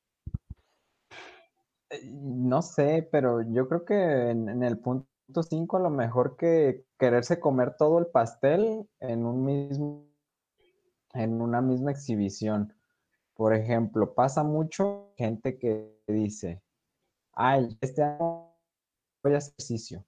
Speaker 6: eh, no sé, pero yo creo que en, en el punto cinco a lo mejor que quererse comer todo el pastel en un mismo, en una misma exhibición. Por ejemplo, pasa mucho gente que dice, ay, este año voy a hacer ejercicio.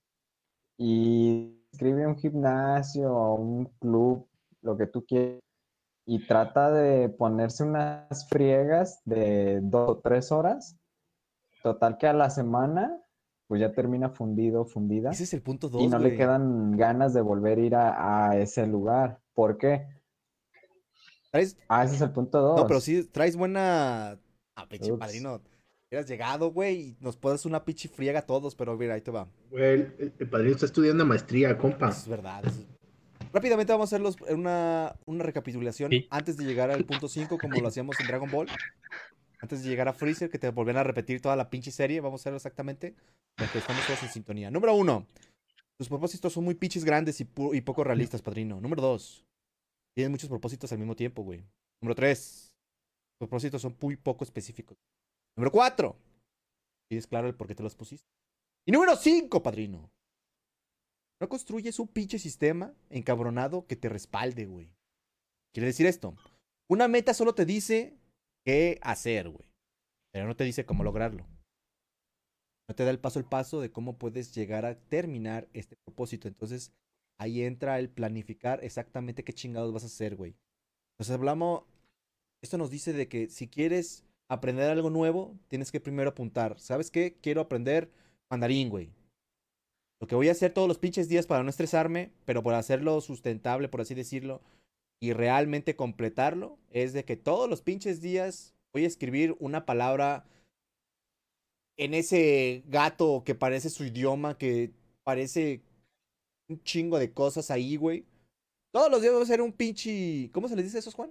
Speaker 6: Y escribe un gimnasio o un club, lo que tú quieras, y trata de ponerse unas friegas de dos o tres horas. Total que a la semana, pues ya termina fundido, fundida,
Speaker 3: Ese es el punto
Speaker 6: y
Speaker 3: dos,
Speaker 6: no le
Speaker 3: güey.
Speaker 6: quedan ganas de volver a ir a, a ese lugar. ¿Por qué?
Speaker 3: ¿Traes?
Speaker 6: Ah, ese es el punto
Speaker 3: No, pero
Speaker 6: dos.
Speaker 3: sí, traes buena. Ah, pinche
Speaker 6: Ups.
Speaker 3: padrino. Hubieras llegado, güey, y nos puedes una pinche friega a todos, pero mira, ahí te va.
Speaker 5: Güey, el, el- el padrino está estudiando maestría,
Speaker 3: Eso
Speaker 5: compa.
Speaker 3: es verdad. Eso es- Rápidamente vamos a hacer los- una, una recapitulación
Speaker 4: Sí.
Speaker 3: antes de llegar al punto cinco, como lo hacíamos en Dragon Ball. Antes de llegar a Freezer, que te volvían a repetir toda la pinche serie, vamos a hacerlo exactamente, para que estemos todos en sintonía. Número uno, tus propósitos son muy pinches grandes y, pu- y poco realistas, padrino. Número dos, tienes muchos propósitos al mismo tiempo, güey. Número tres, tus propósitos son muy poco específicos. Número cuatro, tienes claro el por qué te los pusiste. Y número cinco, padrino, no construyes un pinche sistema encabronado que te respalde, güey. Quiere decir esto, una meta solo te dice qué hacer, güey, pero no te dice cómo lograrlo. No te da el paso al paso de cómo puedes llegar a terminar este propósito. Entonces, ahí entra el planificar exactamente qué chingados vas a hacer, güey. Entonces, hablamos, esto nos dice de que si quieres aprender algo nuevo, tienes que primero apuntar. ¿Sabes qué? Quiero aprender mandarín, güey. Lo que voy a hacer todos los pinches días para no estresarme, pero por hacerlo sustentable, por así decirlo, y realmente completarlo, es de que todos los pinches días voy a escribir una palabra en ese gato que parece su idioma, que parece un chingo de cosas ahí, güey. Todos los días va a ser un pinche. ¿Cómo se les dice a esos, Juan?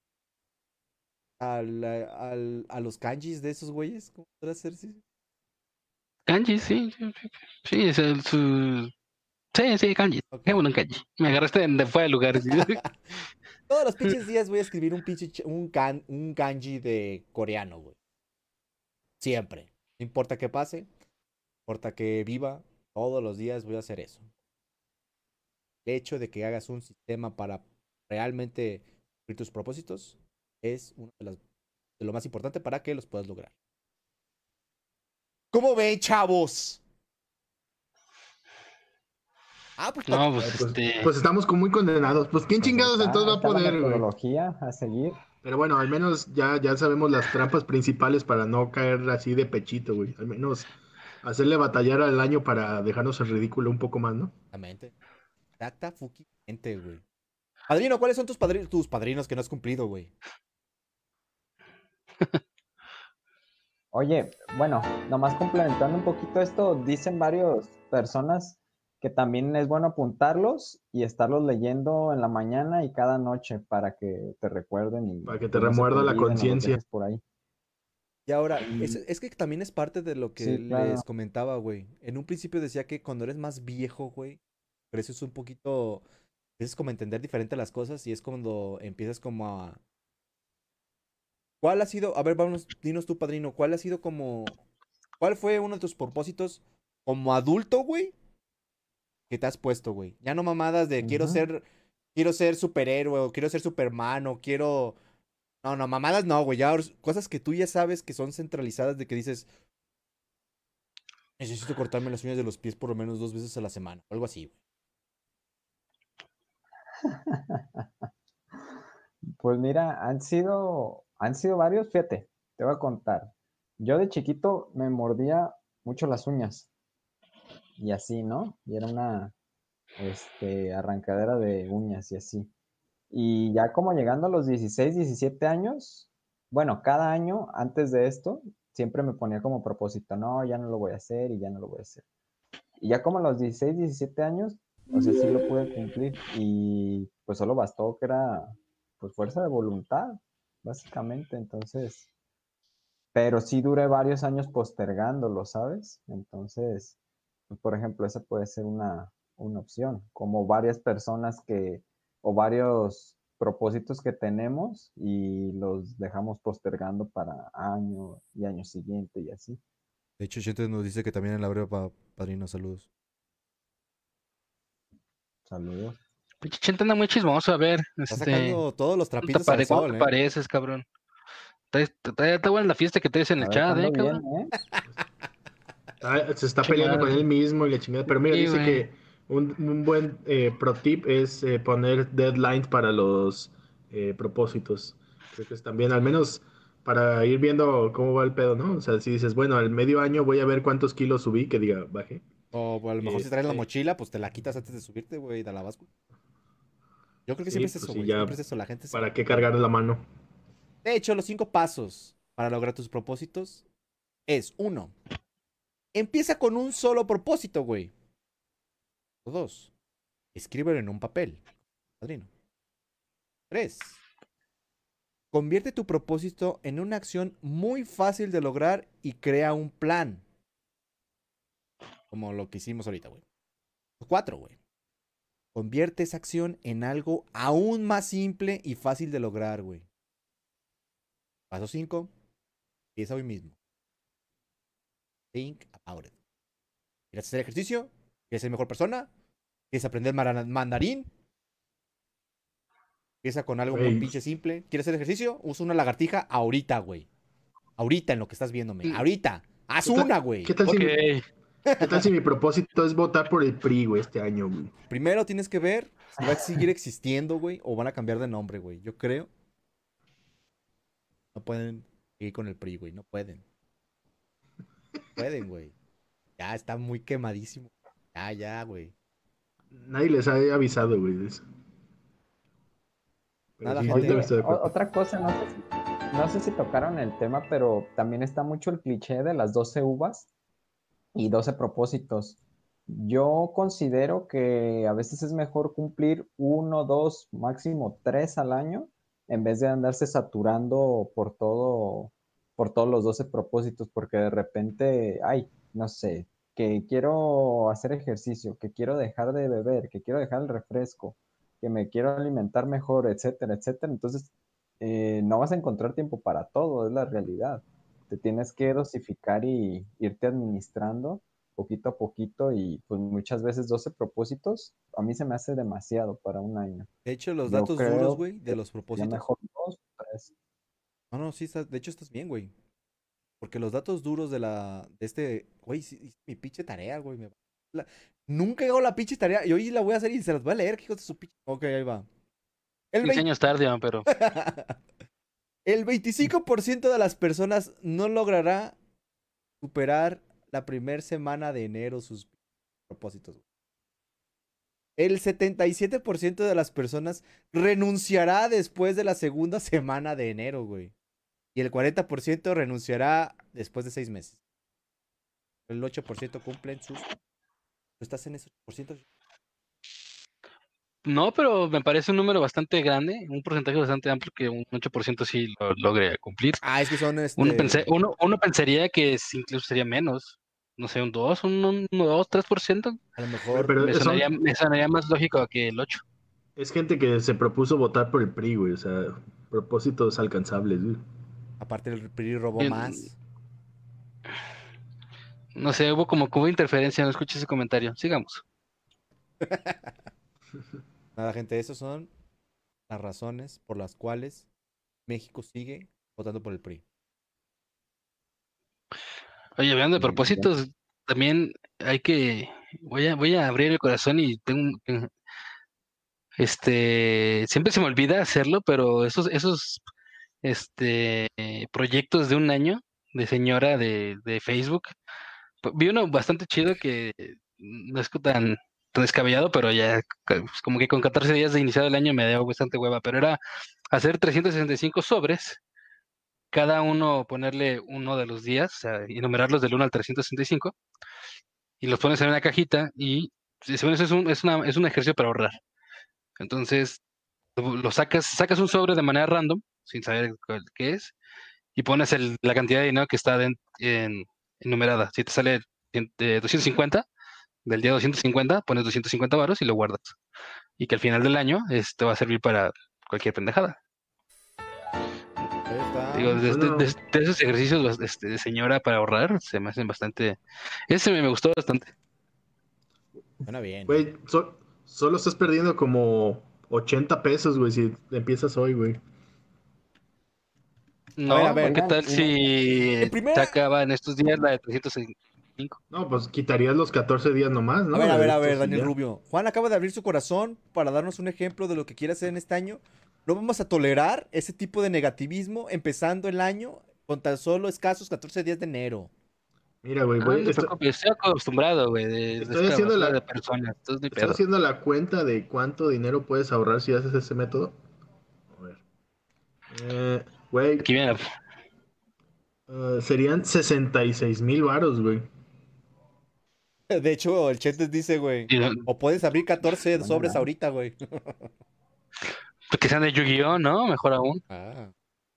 Speaker 3: Al, al, a los kanjis de esos güeyes. ¿Cómo podrá ser? Sí.
Speaker 4: Kanji, sí. Sí, sí, sí, es el, su... Sí, sí, kanji.
Speaker 3: Ok.
Speaker 4: Qué bueno en kanji. Me agarraste de fuera de lugar. Sí.
Speaker 3: Todos los pinches días voy a escribir un pinche. ch- Un, kan, un kanji de coreano, güey. Siempre. No importa qué pase. No importa que viva. Todos los días voy a hacer eso. El hecho de que hagas un sistema para realmente cumplir tus propósitos es uno de, las, de lo más importante para que los puedas lograr. ¿Cómo ven, chavos? Ah, pues
Speaker 4: No,
Speaker 5: Eh,
Speaker 4: pues
Speaker 5: pues,
Speaker 4: este.
Speaker 5: pues estamos como muy condenados. Pues quién
Speaker 6: Pues ahí
Speaker 5: chingados
Speaker 6: está,
Speaker 5: entonces
Speaker 6: ahí
Speaker 5: va a
Speaker 6: está la
Speaker 5: poder, güey.
Speaker 6: metodología a seguir.
Speaker 5: Pero bueno, al menos ya, ya sabemos las trampas principales para no caer así de pechito, güey. Al menos hacerle batallar al año para dejarnos en ridículo un poco más, ¿no?
Speaker 3: exactamente. Tata fucking mente, güey. Padrino, ¿cuáles son tus, padri- tus padrinos que no has cumplido, güey?
Speaker 6: Oye, bueno, nomás complementando un poquito esto, dicen varias personas que también es bueno apuntarlos y estarlos leyendo en la mañana y cada noche para que te recuerden y
Speaker 5: Para que te
Speaker 6: pues no se te
Speaker 5: remuerda la
Speaker 6: olviden o los
Speaker 5: conciencia.
Speaker 6: dejes por ahí.
Speaker 3: Y ahora, es,
Speaker 6: Y
Speaker 3: es que también es parte de lo que
Speaker 6: sí, claro.
Speaker 3: les comentaba, güey. En un principio decía que cuando eres más viejo, güey, creces un poquito, empiezas como a entender diferente las cosas y es cuando empiezas como a... ¿Cuál ha sido, a ver, vamos, dinos tú, padrino, cuál ha sido como ¿Cuál fue uno de tus propósitos como adulto, güey? Que te has puesto, güey. Ya no mamadas de quiero
Speaker 6: Ujú.
Speaker 3: ser, quiero ser superhéroe o quiero ser Superman o quiero... No, no, mamadas no, güey. Ya or- cosas que tú ya sabes que son centralizadas de que dices, necesito cortarme las uñas de los pies por lo menos dos veces a la semana. O algo así, güey.
Speaker 6: Pues mira, han sido, han sido varios, fíjate, te voy a contar. Yo de chiquito me mordía mucho las uñas y así, ¿no? Y era una, este, arrancadera de uñas y así. Y ya como llegando a los dieciséis, diecisiete años, bueno, cada año antes de esto, siempre me ponía como propósito, no, ya no lo voy a hacer y ya no lo voy a hacer. Y ya como a los dieciséis, diecisiete años, o sea, sí lo pude cumplir y pues solo bastó que era pues fuerza de voluntad, básicamente. Entonces, pero sí duré varios años postergándolo, ¿sabes? Entonces, pues, por ejemplo, esa puede ser una, una opción, como varias personas que, o varios propósitos que tenemos y los dejamos postergando para año y año siguiente y así.
Speaker 3: De hecho, Chente nos dice que también en la breve pa padrino, saludos.
Speaker 6: Saludos.
Speaker 4: Pinche Chente anda muy chismoso, a ver,
Speaker 3: Está
Speaker 4: este,
Speaker 3: sacando todos los
Speaker 4: ¿cómo te,
Speaker 3: trapitos al
Speaker 4: pare- cómo te
Speaker 3: sol, ¿eh?
Speaker 4: pareces, cabrón? Está, está, está buena la fiesta que traes en
Speaker 6: A
Speaker 4: el
Speaker 6: ver
Speaker 4: chat,
Speaker 6: cuándo
Speaker 4: ¿eh,
Speaker 6: viene,
Speaker 4: cabrón?
Speaker 6: ¿eh?
Speaker 5: Ah, se está
Speaker 4: Che
Speaker 5: peleando con
Speaker 4: madre.
Speaker 5: él mismo y la chingada. Pero mira,
Speaker 4: Sí,
Speaker 5: dice
Speaker 4: güey.
Speaker 5: que un, un buen eh, pro tip es eh, poner deadlines para los eh, propósitos. Creo que es también, al menos para ir viendo cómo va el pedo, ¿no? O sea, si dices, bueno, al medio año voy a ver cuántos kilos subí, que diga, bajé.
Speaker 3: O pues, a lo mejor si traes la
Speaker 5: Este,
Speaker 3: mochila, pues te la quitas antes de subirte, güey, y te la vas. Yo creo que
Speaker 5: sí,
Speaker 3: siempre es
Speaker 5: pues
Speaker 3: eso,
Speaker 5: sí,
Speaker 3: güey.
Speaker 5: ya,
Speaker 3: Siempre es eso. La gente se
Speaker 5: ¿para qué
Speaker 3: autopone.
Speaker 5: cargar la mano?
Speaker 3: De hecho, los cinco pasos para lograr tus propósitos es: uno, empieza con un solo propósito, güey. Dos, escríbelo en un papel. Padrino. Tres, convierte tu propósito en una acción muy fácil de lograr y crea un plan. Como lo que hicimos ahorita, güey. Cuatro, güey. Convierte esa acción en algo aún más simple y fácil de lograr, güey. Paso cinco. Empieza hoy mismo. Think about it. ¿Quieres hacer ejercicio? ¿Quieres ser mejor persona? ¿Quieres aprender mandarín? Empieza con algo muy
Speaker 5: Güey,
Speaker 3: pinche simple. ¿Quieres hacer ejercicio? Usa una lagartija ahorita, güey. Ahorita en lo que estás viéndome.
Speaker 4: Mm,
Speaker 3: Ahorita. Haz
Speaker 5: ¿qué tal,
Speaker 3: una,
Speaker 5: qué
Speaker 3: güey.
Speaker 5: tal si
Speaker 4: Ok.
Speaker 5: mi, qué tal si mi propósito es votar por el P R I, güey, este año, güey?
Speaker 3: Primero tienes que ver si va a seguir existiendo, güey, o van a cambiar de nombre, güey. Yo creo. No pueden seguir con el P R I, güey. No pueden. Pueden, güey. Ya está muy quemadísimo. Ya, ya, güey.
Speaker 5: Nadie les ha avisado, güey, de eso. Pero
Speaker 3: Nada,
Speaker 5: sí, sí,
Speaker 3: gente.
Speaker 5: también
Speaker 6: Oye,
Speaker 5: estoy de
Speaker 6: o-
Speaker 5: acuerdo.
Speaker 6: otra cosa, no sé si, no sé si tocaron el tema, pero también está mucho el cliché de las doce uvas y doce propósitos. Yo considero que a veces es mejor cumplir uno, dos, máximo tres al año, en vez de andarse saturando por todo, por todos los doce propósitos, porque de repente, ay, no sé, que quiero hacer ejercicio, que quiero dejar de beber, que quiero dejar el refresco, que me quiero alimentar mejor, etcétera, etcétera. Entonces, eh, no vas a encontrar tiempo para todo, es la realidad. Te tienes que dosificar y irte administrando poquito a poquito y pues muchas veces doce propósitos a mí se me hace demasiado para un año.
Speaker 3: De hecho, los
Speaker 6: Yo
Speaker 3: datos duros,
Speaker 6: creo
Speaker 3: güey, de
Speaker 6: que
Speaker 3: los
Speaker 6: sería
Speaker 3: propósitos.
Speaker 6: mejor dos, tres.
Speaker 3: No, no, sí, estás, de hecho estás bien, güey. Porque los datos duros de la. De este. Güey, sí, hice mi pinche tarea, güey. me- la- Nunca hago la pinche tarea. Y hoy la voy a hacer y se las voy a leer, hijos de su pinche. Ok, ahí va. El,
Speaker 4: quince
Speaker 3: veinte
Speaker 4: años tarde, ah, pero
Speaker 3: El veinticinco por ciento de las personas no logrará superar la primera semana de enero sus propósitos, güey. El setenta y siete por ciento de las personas renunciará después de la segunda semana de enero, güey. Y el cuarenta por ciento renunciará después de seis meses. El ocho por ciento cumplen sus... ¿Tú estás en ese ocho por ciento?
Speaker 4: no, pero me parece un número bastante grande, un porcentaje bastante amplio que un ocho por ciento sí lo logre cumplir.
Speaker 3: Ah, es que son
Speaker 4: Uno, pensé,
Speaker 3: este...
Speaker 4: uno, uno pensaría que es- incluso sería menos, no sé, un dos, un uno, dos, tres por ciento.
Speaker 3: A lo
Speaker 5: Güey,
Speaker 3: mejor...
Speaker 4: Me
Speaker 5: pero
Speaker 4: sonaría,
Speaker 5: son,
Speaker 4: me sonaría más lógico que el ocho.
Speaker 5: es gente que se propuso votar por el P R I, güey. O sea, propósitos alcanzables, güey.
Speaker 3: Aparte el P R I robó
Speaker 4: Yo-
Speaker 3: más.
Speaker 4: No sé, hubo como, como interferencia, no escuché ese comentario. Sigamos.
Speaker 3: Nada, gente, esas son las razones por las cuales México sigue votando por el P R I.
Speaker 4: Oye, hablando de
Speaker 6: Muy bien.
Speaker 4: propósitos, también hay que, voy a, voy a abrir el corazón y tengo, un- eh, este, siempre se me olvida hacerlo, pero esos, esos, este, proyectos de un año de señora de, de Facebook, p- vi uno bastante chido que no es tan, tan descabellado, pero ya ca- pues, como que con catorce días de iniciado el año me dio bastante hueva, pero era hacer trescientos sesenta y cinco sobres, cada uno ponerle uno de los días, o sea, enumerarlos del uno al trescientos sesenta y cinco y los pones en una cajita y si según eso es un, es una, es un ejercicio para ahorrar. Entonces, lo lo sacas, sacas un sobre de manera random, sin saber cuál- qué es, y pones el- la cantidad de dinero que está den- en, enumerada. Si te sale cien- eh, doscientos cincuenta, del día doscientos cincuenta, pones doscientos cincuenta varos y lo guardas. Y que al final del año este va a servir para cualquier pendejada.
Speaker 3: Ahí está.
Speaker 4: Digo, de, de-
Speaker 5: Bueno,
Speaker 4: de- de esos ejercicios bas- este, de señora para ahorrar, se me hacen bastante... Ese me, me gustó bastante.
Speaker 3: Suena bien.
Speaker 5: güey, so- solo estás perdiendo como ochenta pesos, güey, si empiezas hoy, güey.
Speaker 3: A ver, a
Speaker 4: No,
Speaker 3: ver.
Speaker 4: ¿qué
Speaker 6: Oigan,
Speaker 4: tal
Speaker 6: y no-
Speaker 4: si
Speaker 3: En
Speaker 4: se
Speaker 3: primera.
Speaker 4: acaba en estos días la de trescientos sesenta y cinco?
Speaker 5: No, pues quitarías los catorce días nomás,
Speaker 3: A
Speaker 5: ¿no?
Speaker 3: ver, a
Speaker 5: De
Speaker 3: ver, a ver,
Speaker 5: estos y
Speaker 3: Daniel
Speaker 5: ya.
Speaker 3: Rubio. Juan acaba de abrir su corazón para darnos un ejemplo de lo que quiere hacer en este año. No vamos a tolerar ese tipo de negativismo empezando el año con tan solo escasos catorce días de enero.
Speaker 5: Mira, güey,
Speaker 4: Ah,
Speaker 5: voy,
Speaker 4: no te
Speaker 5: esto-
Speaker 4: preocupes, estoy acostumbrado, güey, de, de
Speaker 5: estoy
Speaker 4: esta
Speaker 5: haciendo
Speaker 4: basura de
Speaker 5: la,
Speaker 4: personas, entonces ni
Speaker 5: estoy
Speaker 4: pedo.
Speaker 5: haciendo la cuenta de cuánto dinero puedes ahorrar si haces ese método. A ver. Eh, güey,
Speaker 4: Aquí viene,
Speaker 5: eh, serían sesenta y seis mil varos, güey.
Speaker 3: De hecho, el chat les dice, güey.
Speaker 4: y no-
Speaker 3: O puedes abrir catorce
Speaker 6: Buena
Speaker 3: sobres
Speaker 6: lana.
Speaker 3: ahorita, güey.
Speaker 4: que sean de Yu-Gi-Oh, ¿no? Mejor aún.
Speaker 3: Ah,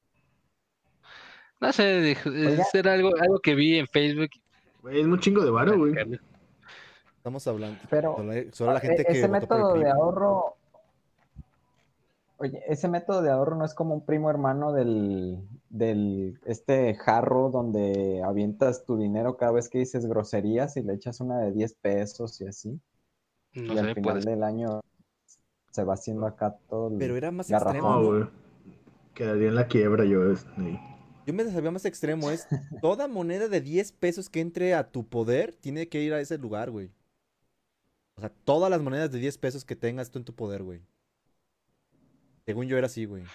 Speaker 4: No sé, dijo-
Speaker 6: Oigan,
Speaker 4: es- era algo, algo que vi en Facebook.
Speaker 5: Güey, es un chingo de varo, güey.
Speaker 3: estamos hablando.
Speaker 6: pero
Speaker 3: Solo, solo la
Speaker 6: ah, e-
Speaker 3: gente que
Speaker 6: ese
Speaker 3: votó por el
Speaker 6: método
Speaker 3: P R I,
Speaker 6: de
Speaker 3: güey.
Speaker 6: ahorro, oye, ese método de ahorro no es como un primo hermano del, del este jarro donde avientas tu dinero cada vez que dices groserías y le echas una de diez pesos y así.
Speaker 4: No
Speaker 6: Y al
Speaker 4: sé,
Speaker 6: final
Speaker 4: pues.
Speaker 6: del año se va haciendo acá todo el
Speaker 3: Pero era más
Speaker 6: garrafón.
Speaker 3: extremo,
Speaker 5: No,
Speaker 3: ¿no?
Speaker 5: güey. Quedaría en la quiebra yo. este.
Speaker 3: Yo me sabía más extremo. Es toda moneda de diez pesos que entre a tu poder tiene que ir a ese lugar, güey. O sea, todas las monedas de diez pesos que tengas tú en tu poder, güey. Según yo era así, güey.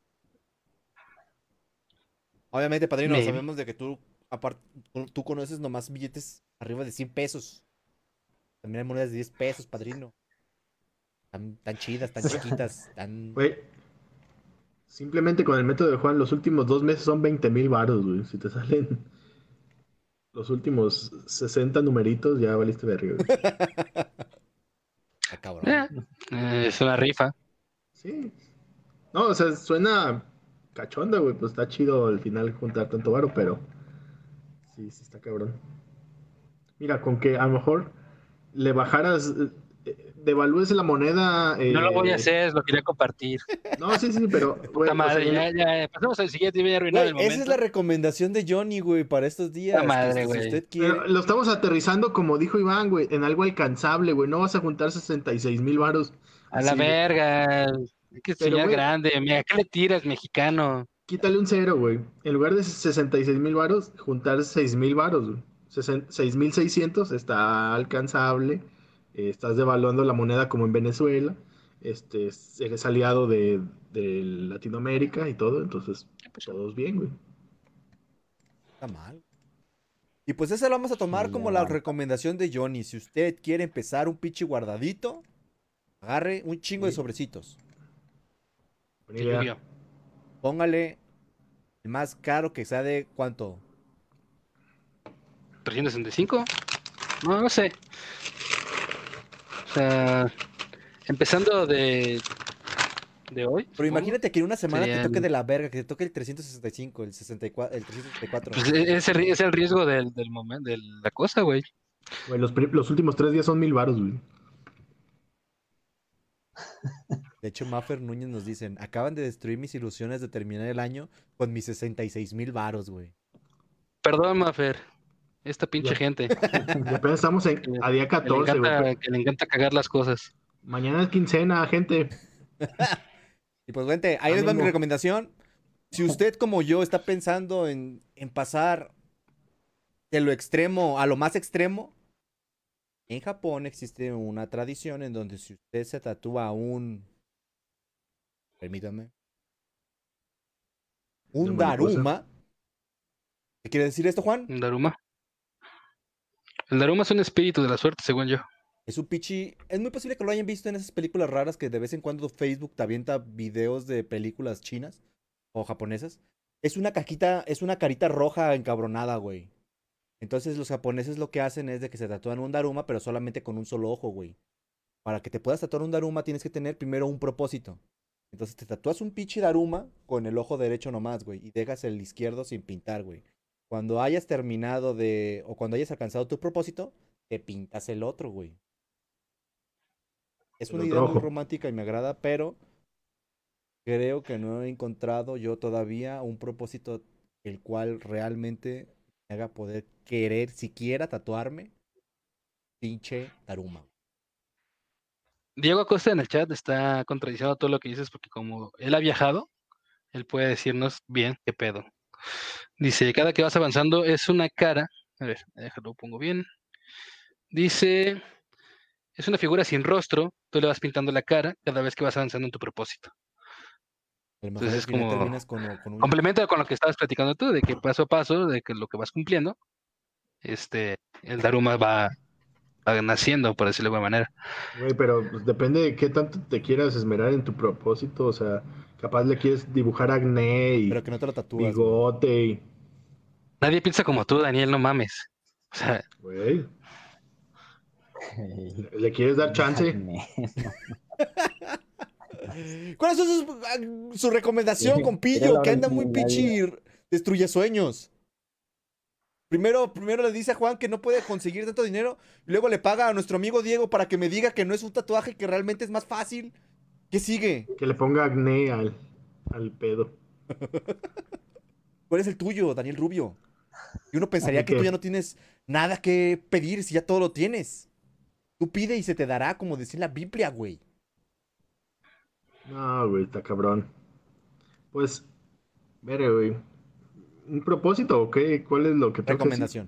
Speaker 3: Obviamente, padrino,
Speaker 4: Maybe.
Speaker 3: sabemos de que tú, aparte, tú conoces nomás billetes arriba de cien pesos. También hay monedas de diez pesos, padrino. Tan, tan chidas, tan chiquitas, tan...
Speaker 5: Güey, simplemente con el método de Juan, los últimos dos meses son veinte mil varos, güey. Si te salen los últimos sesenta numeritos, ya valiste verga, güey.
Speaker 3: Ah, cabrón.
Speaker 4: Eh, eh, es una rifa.
Speaker 5: Sí. No, o sea, suena cachonda, güey. Pues está chido al final juntar tanto varo, pero sí, sí está cabrón. Mira, con que a lo mejor le bajaras, eh, devalúes la moneda.
Speaker 4: No lo voy a
Speaker 5: eh,
Speaker 4: hacer, lo quería compartir.
Speaker 5: No, sí, sí, pero, güey,
Speaker 4: Puta
Speaker 5: o sea,
Speaker 4: madre,
Speaker 5: el-
Speaker 4: ya, ya, pasamos al siguiente y voy a arruinar
Speaker 3: Güey,
Speaker 4: el momento.
Speaker 3: esa es la recomendación de Johnny, güey, para estos días. que,
Speaker 4: madre,
Speaker 3: este, si
Speaker 4: güey.
Speaker 3: usted
Speaker 5: pero
Speaker 3: quiere...
Speaker 5: lo estamos aterrizando, como dijo Iván, güey, en algo alcanzable, güey. No vas a juntar sesenta y seis mil varos.
Speaker 4: A la
Speaker 5: así de-
Speaker 4: verga. Hay que
Speaker 5: Pero,
Speaker 4: soñar
Speaker 5: güey,
Speaker 4: grande. Mira, ¿qué le tiras, mexicano?
Speaker 5: quítale un cero, güey. En lugar de sesenta y seis mil varos, juntar seis mil varos, güey. seis mil seiscientos está alcanzable. Eh, estás devaluando la moneda como en Venezuela. Este, eres aliado de, de Latinoamérica y todo, entonces todos bien, güey.
Speaker 3: Está mal. Y pues esa la vamos a tomar
Speaker 6: Sí,
Speaker 3: como la
Speaker 6: aguanta.
Speaker 3: recomendación de Johnny. Si usted quiere empezar un pinche guardadito, agarre un chingo de
Speaker 5: Sí.
Speaker 3: sobrecitos.
Speaker 5: Buena
Speaker 4: Sí,
Speaker 5: idea.
Speaker 4: Yu-Gi-Oh.
Speaker 3: Póngale el más caro que sea de ¿cuánto?
Speaker 4: ¿trescientos sesenta y cinco? No, no sé. O sea, empezando de, de hoy.
Speaker 3: Pero
Speaker 4: supongo,
Speaker 3: imagínate que en una semana te
Speaker 4: serían-
Speaker 3: toque de la verga, que te toque el trescientos sesenta y cinco, el sesenta y cuatro, el trescientos sesenta y cuatro.
Speaker 4: Pues e- es, el, es el riesgo del, del momento, de la cosa, güey.
Speaker 5: Güey, los, pri- los últimos tres días son mil varos, güey.
Speaker 3: De hecho, Maffer Núñez nos dicen, acaban de destruir mis ilusiones de terminar el año con mis sesenta y seis mil varos, güey.
Speaker 4: Perdón, Mafer. Esta pinche
Speaker 5: Ya.
Speaker 4: gente.
Speaker 5: Ya apenas estamos en, a día
Speaker 4: Que le,
Speaker 5: catorce, güey.
Speaker 4: encanta,
Speaker 5: pero
Speaker 4: que le encanta cagar las cosas.
Speaker 5: Mañana es quincena, gente.
Speaker 3: Y pues, gente, ahí les va mi
Speaker 5: Ánimo.
Speaker 3: recomendación. Si usted, como yo, está pensando en, en pasar de lo extremo a lo más extremo, en Japón existe una tradición en donde si usted se tatúa un... Permítame.
Speaker 5: Una
Speaker 3: Un
Speaker 5: mariposa.
Speaker 3: Daruma. ¿Qué quiere decir esto, Juan?
Speaker 4: Un Daruma. El Daruma es un espíritu de la suerte, según yo.
Speaker 3: Es un pichi. Es muy posible que lo hayan visto en esas películas raras que de vez en cuando Facebook te avienta videos de películas chinas o japonesas. Es una cajita, es una carita roja encabronada, güey. Entonces los japoneses lo que hacen es de que se tatúan un Daruma, pero solamente con un solo ojo, güey. Para que te puedas tatuar un Daruma tienes que tener primero un propósito. Entonces te tatúas un pinche Daruma con el ojo derecho nomás, güey. Y dejas el izquierdo sin pintar, güey. Cuando hayas terminado de... o cuando hayas alcanzado tu propósito, te pintas el otro, güey. Es
Speaker 5: El
Speaker 3: una
Speaker 5: otro
Speaker 3: idea muy
Speaker 5: ojo.
Speaker 3: romántica y me agrada, pero creo que no he encontrado yo todavía un propósito el cual realmente me haga poder querer siquiera tatuarme pinche Daruma.
Speaker 4: Diego Acosta en el chat está contradiciendo todo lo que dices porque como él ha viajado, él puede decirnos bien qué pedo. Dice, cada que vas avanzando es una cara. A ver, déjalo, pongo bien. Dice, es una figura sin rostro, tú le vas pintando la cara cada vez que vas avanzando en tu propósito.
Speaker 3: A lo mejor
Speaker 4: Entonces
Speaker 3: al
Speaker 4: es
Speaker 3: final
Speaker 4: como
Speaker 3: terminas con, con un...
Speaker 4: complemento con lo que estabas platicando tú, de que paso a paso, de que lo que vas cumpliendo, este, el Daruma va, va naciendo, por decirlo de alguna manera.
Speaker 5: Güey, pero pues, depende de qué tanto te quieras esmerar en tu propósito. O sea, capaz le quieres dibujar acné y
Speaker 3: Pero que no te lo tatúas, güey.
Speaker 5: bigote y...
Speaker 4: Nadie piensa como tú, Daniel, no mames. O sea,
Speaker 5: Güey,
Speaker 6: Ey,
Speaker 5: ¿le quieres dar chance?
Speaker 6: acné.
Speaker 3: ¿Cuál es su, su, su recomendación,
Speaker 6: Tiene
Speaker 3: compillo?
Speaker 6: la
Speaker 3: Que anda muy
Speaker 6: originalidad.
Speaker 3: pinche destruye sueños. Primero, primero le dice a Juan que no puede conseguir tanto dinero. Y luego le paga a nuestro amigo Diego para que me diga que no es un tatuaje, que realmente es más fácil. ¿Qué sigue?
Speaker 5: Que le ponga acné al, al pedo.
Speaker 3: ¿Cuál es el tuyo, Daniel Rubio? Y uno pensaría
Speaker 5: ¿De
Speaker 3: que tú
Speaker 5: qué?
Speaker 3: ya no tienes nada que pedir si ya todo lo tienes. Tú pide y se te dará, como decía la Biblia, güey.
Speaker 5: No, güey, está cabrón. Pues, mire, güey. ¿Un propósito o qué? ¿Cuál es lo que tengo que decir
Speaker 3: Recomendación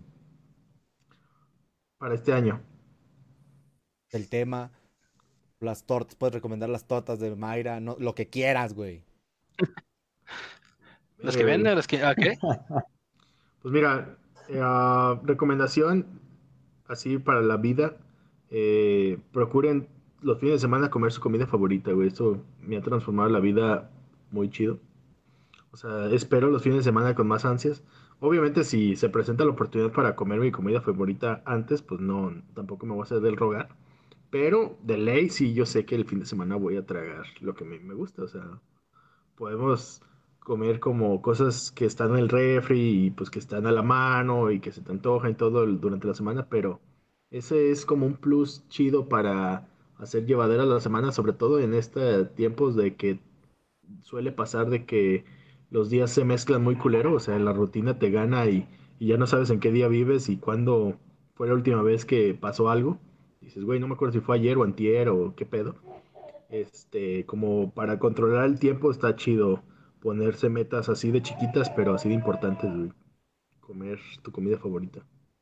Speaker 5: para este año?
Speaker 3: del tema. Las tortas, puedes recomendar las tortas de Mayra, no, lo que quieras, güey.
Speaker 4: los
Speaker 5: Mire,
Speaker 4: que
Speaker 5: güey.
Speaker 4: venden, los que... ¿A qué?
Speaker 5: Pues mira, eh, ah, recomendación así para la vida. eh, procuren los fines de semana comer su comida favorita, güey. Esto me ha transformado la vida muy chido. O sea, espero los fines de semana con más ansias. Obviamente, si se presenta la oportunidad para comer mi comida favorita antes, pues no, tampoco me voy a hacer del rogar. Pero de ley, sí, yo sé que el fin de semana voy a tragar lo que me, me gusta. O sea, podemos comer como cosas que están en el refri y pues que están a la mano y que se te antojan y todo el- durante la semana, pero ese es como un plus chido para hacer llevadera la semana, sobre todo en estos tiempos de que suele pasar de que los días se mezclan muy culero, o sea, la rutina te gana y, y ya no sabes en qué día vives y cuándo fue la última vez que pasó algo. Dices, güey, no me acuerdo si fue ayer o antier o qué pedo. Este, como para controlar el tiempo está chido ponerse metas así de chiquitas, pero así de importantes, güey. Comer tu comida favorita.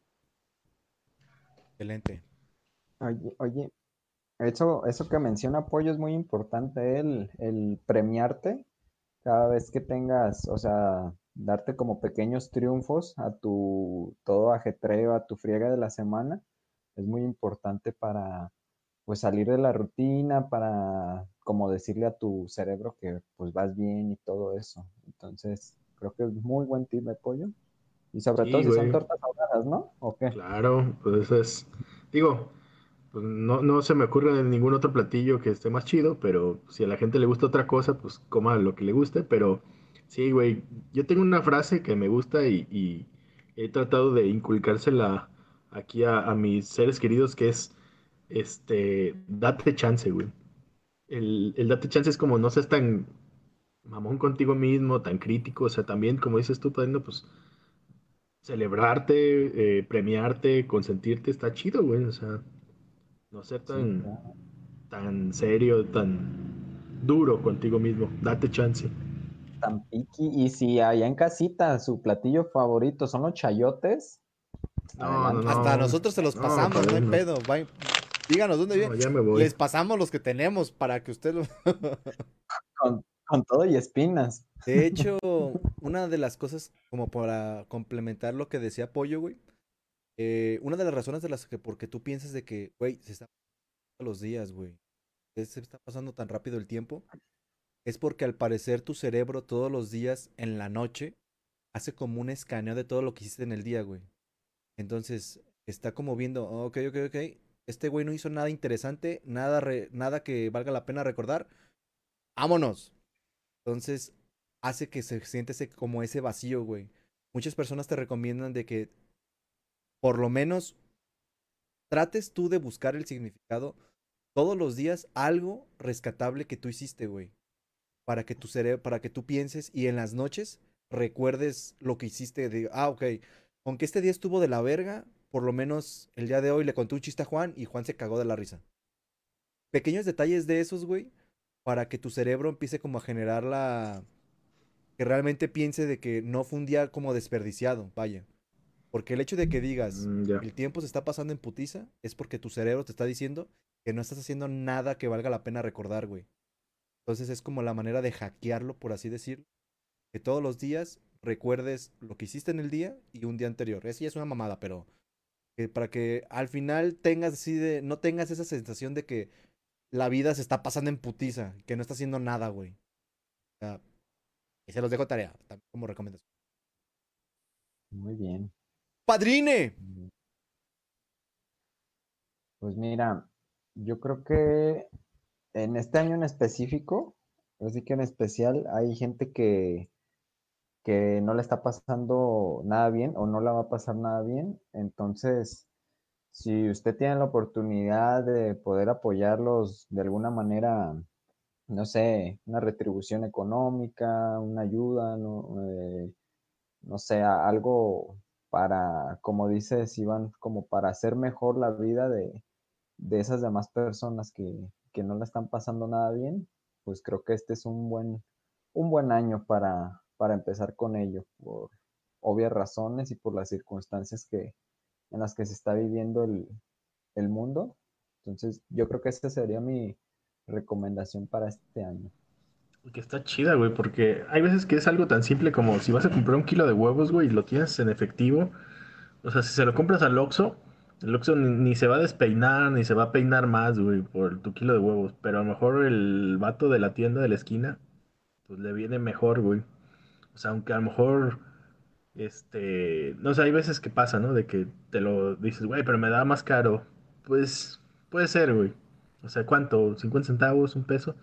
Speaker 3: Excelente.
Speaker 6: Oye, oye, eso, eso que menciona Pollo es muy importante, el, el premiarte cada vez que tengas, o sea, darte como pequeños triunfos a tu todo ajetreo, a tu friega de la semana, es muy importante para, pues, salir de la rutina, para, como decirle a tu cerebro que, pues, vas bien y todo eso. Entonces, creo que es muy buen tip de Pollo. Y sobre todo
Speaker 5: Sí,
Speaker 6: si son
Speaker 5: güey.
Speaker 6: tortas ahogadas, ¿no? ¿O qué?
Speaker 5: Claro, pues eso es. Digo, pues no, no se me ocurre ningún otro platillo que esté más chido, pero si a la gente le gusta otra cosa, pues coma lo que le guste. Pero sí, güey, yo tengo una frase que me gusta y, y he tratado de inculcársela aquí a, a mis seres queridos, que es, este, date chance, güey. El, el date chance es como no seas tan mamón contigo mismo, tan crítico, o sea, también, como dices tú, Padrino, pues celebrarte, eh, premiarte, consentirte, está chido, güey. O sea, no ser
Speaker 6: Sí,
Speaker 5: tan,
Speaker 6: claro.
Speaker 5: tan serio, tan duro contigo mismo. Date chance.
Speaker 6: Tan piqui. Y si allá en casita su platillo favorito son los chayotes,
Speaker 5: No, no,
Speaker 6: adelante.
Speaker 3: Hasta
Speaker 5: no.
Speaker 3: nosotros se los
Speaker 5: No,
Speaker 3: pasamos, no hay
Speaker 5: padrino.
Speaker 3: pedo. Vayan- díganos dónde viven.
Speaker 5: No, ya me voy.
Speaker 3: Les pasamos los que tenemos para que usted lo...
Speaker 6: Con, con todo y espinas.
Speaker 3: De hecho, una de las cosas, como para complementar lo que decía Pollo, güey, eh, una de las razones de las que, porque tú piensas de que, güey, se está pasando los días, güey, que se está pasando tan rápido el tiempo, es porque al parecer tu cerebro todos los días en la noche hace como un escaneo de todo lo que hiciste en el día, güey. Entonces, está como viendo, "Oh, ok, ok, ok, este güey no hizo nada interesante, nada, re- nada que valga la pena recordar, vámonos". Entonces, hace que se siente ese, como ese vacío, güey. Muchas personas te recomiendan de que por lo menos trates tú de buscar el significado todos los días, algo rescatable que tú hiciste, güey. Para que tu cerebro, para que tú pienses y en las noches recuerdes lo que hiciste de, ah, ok, aunque este día estuvo de la verga, por lo menos el día de hoy le conté un chiste a Juan y Juan se cagó de la risa. Pequeños detalles de esos, güey, para que tu cerebro empiece como a generar la... que realmente piense de que no fue un día como desperdiciado, vaya. Porque el hecho de que digas,
Speaker 5: Mm, ya.
Speaker 3: el tiempo se está pasando en putiza, es porque tu cerebro te está diciendo que no estás haciendo nada que valga la pena recordar, güey. Entonces es como la manera de hackearlo, por así decirlo, que todos los días recuerdes lo que hiciste en el día y un día anterior. Eso ya es una mamada, pero que para que al final tengas así de, no tengas esa sensación de que la vida se está pasando en putiza, que no está haciendo nada, güey. O sea, y se los dejo tarea, también como recomendación.
Speaker 6: Muy bien.
Speaker 3: ¡Padrine!
Speaker 6: Pues mira, yo creo que en este año en específico, así que en especial, hay gente que, que no le está pasando nada bien o no la va a pasar nada bien. Entonces, si usted tiene la oportunidad de poder apoyarlos de alguna manera, no sé, una retribución económica, una ayuda, no, Eh, no sé, a- algo para, como dices, Iván, como para hacer mejor la vida de, de esas demás personas que, que no la están pasando nada bien, pues creo que este es un buen, un buen año para, para empezar con ello, por obvias razones y por las circunstancias que, en las que se está viviendo el, el mundo. Entonces, yo creo que esa sería mi recomendación para este año.
Speaker 5: Que está chida, güey, porque hay veces que es algo tan simple como si vas a comprar un kilo de huevos, güey, y lo tienes en efectivo. O sea, si se lo compras al Oxxo, el Oxxo ni, ni se va a despeinar, ni se va a peinar más, güey, por tu kilo de huevos. Pero a lo mejor el vato de la tienda de la esquina, pues le viene mejor, güey. O sea, aunque a lo mejor, este, no sé, hay veces que pasa, ¿no? De que te lo dices, güey, pero me da más caro. Pues puede ser, güey. O sea, ¿cuánto? ¿Cincuenta centavos? ¿Un peso?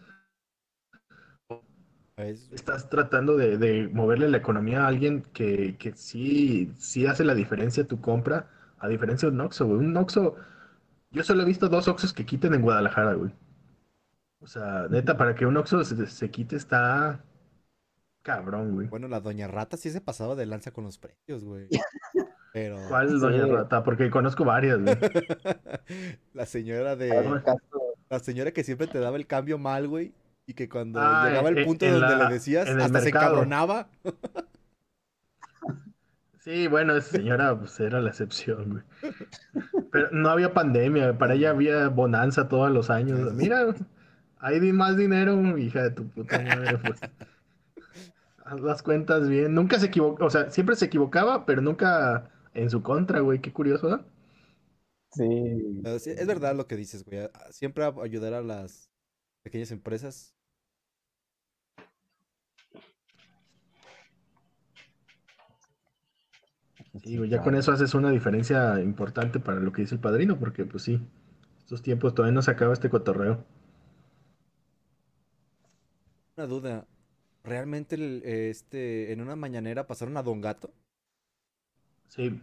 Speaker 3: Es,
Speaker 5: Estás tratando de, de moverle la economía a alguien que, que sí, sí hace la diferencia tu compra, a diferencia de un Oxxo, güey. Un Oxxo, yo solo he visto dos Oxxos que quiten en Guadalajara, güey. O sea, neta, para que un Oxxo se, se quite está cabrón, güey.
Speaker 3: bueno, la doña Rata sí se pasaba de lanza con los precios, güey. Pero
Speaker 5: ¿Cuál, doña
Speaker 6: Sí,
Speaker 5: Rata? Porque conozco varias, güey.
Speaker 3: la señora
Speaker 6: hazme
Speaker 3: de...
Speaker 6: caso.
Speaker 3: La señora que siempre te daba el cambio mal, güey. Y que cuando
Speaker 5: Ah,
Speaker 3: llegaba el
Speaker 5: e-
Speaker 3: punto
Speaker 5: en
Speaker 3: donde le
Speaker 5: la,
Speaker 3: decías,
Speaker 5: en el
Speaker 3: hasta se
Speaker 5: mercado.
Speaker 3: encabronaba.
Speaker 5: Sí, bueno, esa señora pues era la excepción, güey. Pero no había pandemia, para ella había bonanza todos los
Speaker 3: Ah,
Speaker 5: años.
Speaker 3: eso sí.
Speaker 5: Mira, hay di- más dinero, hija de tu puta madre, pues. Haz las cuentas bien. Nunca se equivocó, o sea, siempre se equivocaba, pero nunca en su contra, güey. Qué curioso, ¿no?
Speaker 6: Sí,
Speaker 3: Pero sí, es verdad lo que dices, güey. a- a- Siempre a- ayudar a las pequeñas empresas.
Speaker 5: Sí,
Speaker 6: sí,
Speaker 5: güey, ya con
Speaker 6: claro.
Speaker 5: eso haces una diferencia importante para lo que dice el padrino, porque pues sí, estos tiempos todavía no se acaba este cotorreo.
Speaker 3: Una duda. ¿Realmente el- eh, este, en una mañanera pasaron a Don Gato?
Speaker 5: Sí,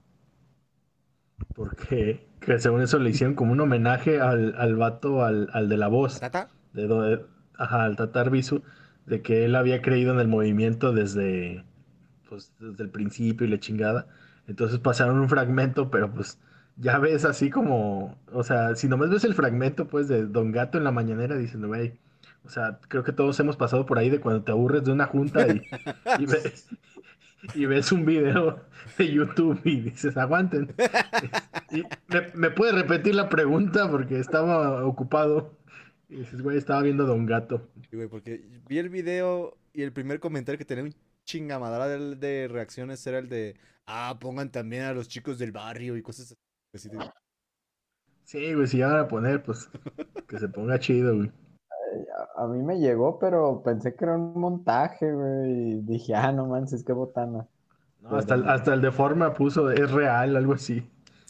Speaker 5: porque que según eso le hicieron como un homenaje al, al vato, al, al de la
Speaker 3: ¿A
Speaker 5: voz,
Speaker 3: Tata?
Speaker 5: de, do- ajá, al Tatar Bisu, de que él había creído en el movimiento desde, pues desde el principio y la chingada. Entonces pasaron un fragmento, pero pues ya ves así como, o sea, si nomás ves el fragmento pues de Don Gato en la mañanera diciendo, güey, o sea, creo que todos hemos pasado por ahí de cuando te aburres de una junta y, y, ve- y ves un video de YouTube y dices, aguanten. Y me, me puede repetir la pregunta porque estaba ocupado. Y dices, güey, estaba viendo Don Gato.
Speaker 3: Sí, güey, porque vi el video y el primer comentario que tenía un chingamadral de, de reacciones era el de, ah, pongan también a los chicos del barrio y cosas así. de-
Speaker 5: Sí, güey, si ya van a poner, pues que se ponga chido, güey.
Speaker 6: A, a mí me llegó, pero pensé que era un montaje, güey. Y dije, ah, no manches, qué botana.
Speaker 5: No, hasta, el-
Speaker 6: Pero
Speaker 5: hasta el de forma puso, es real, algo así.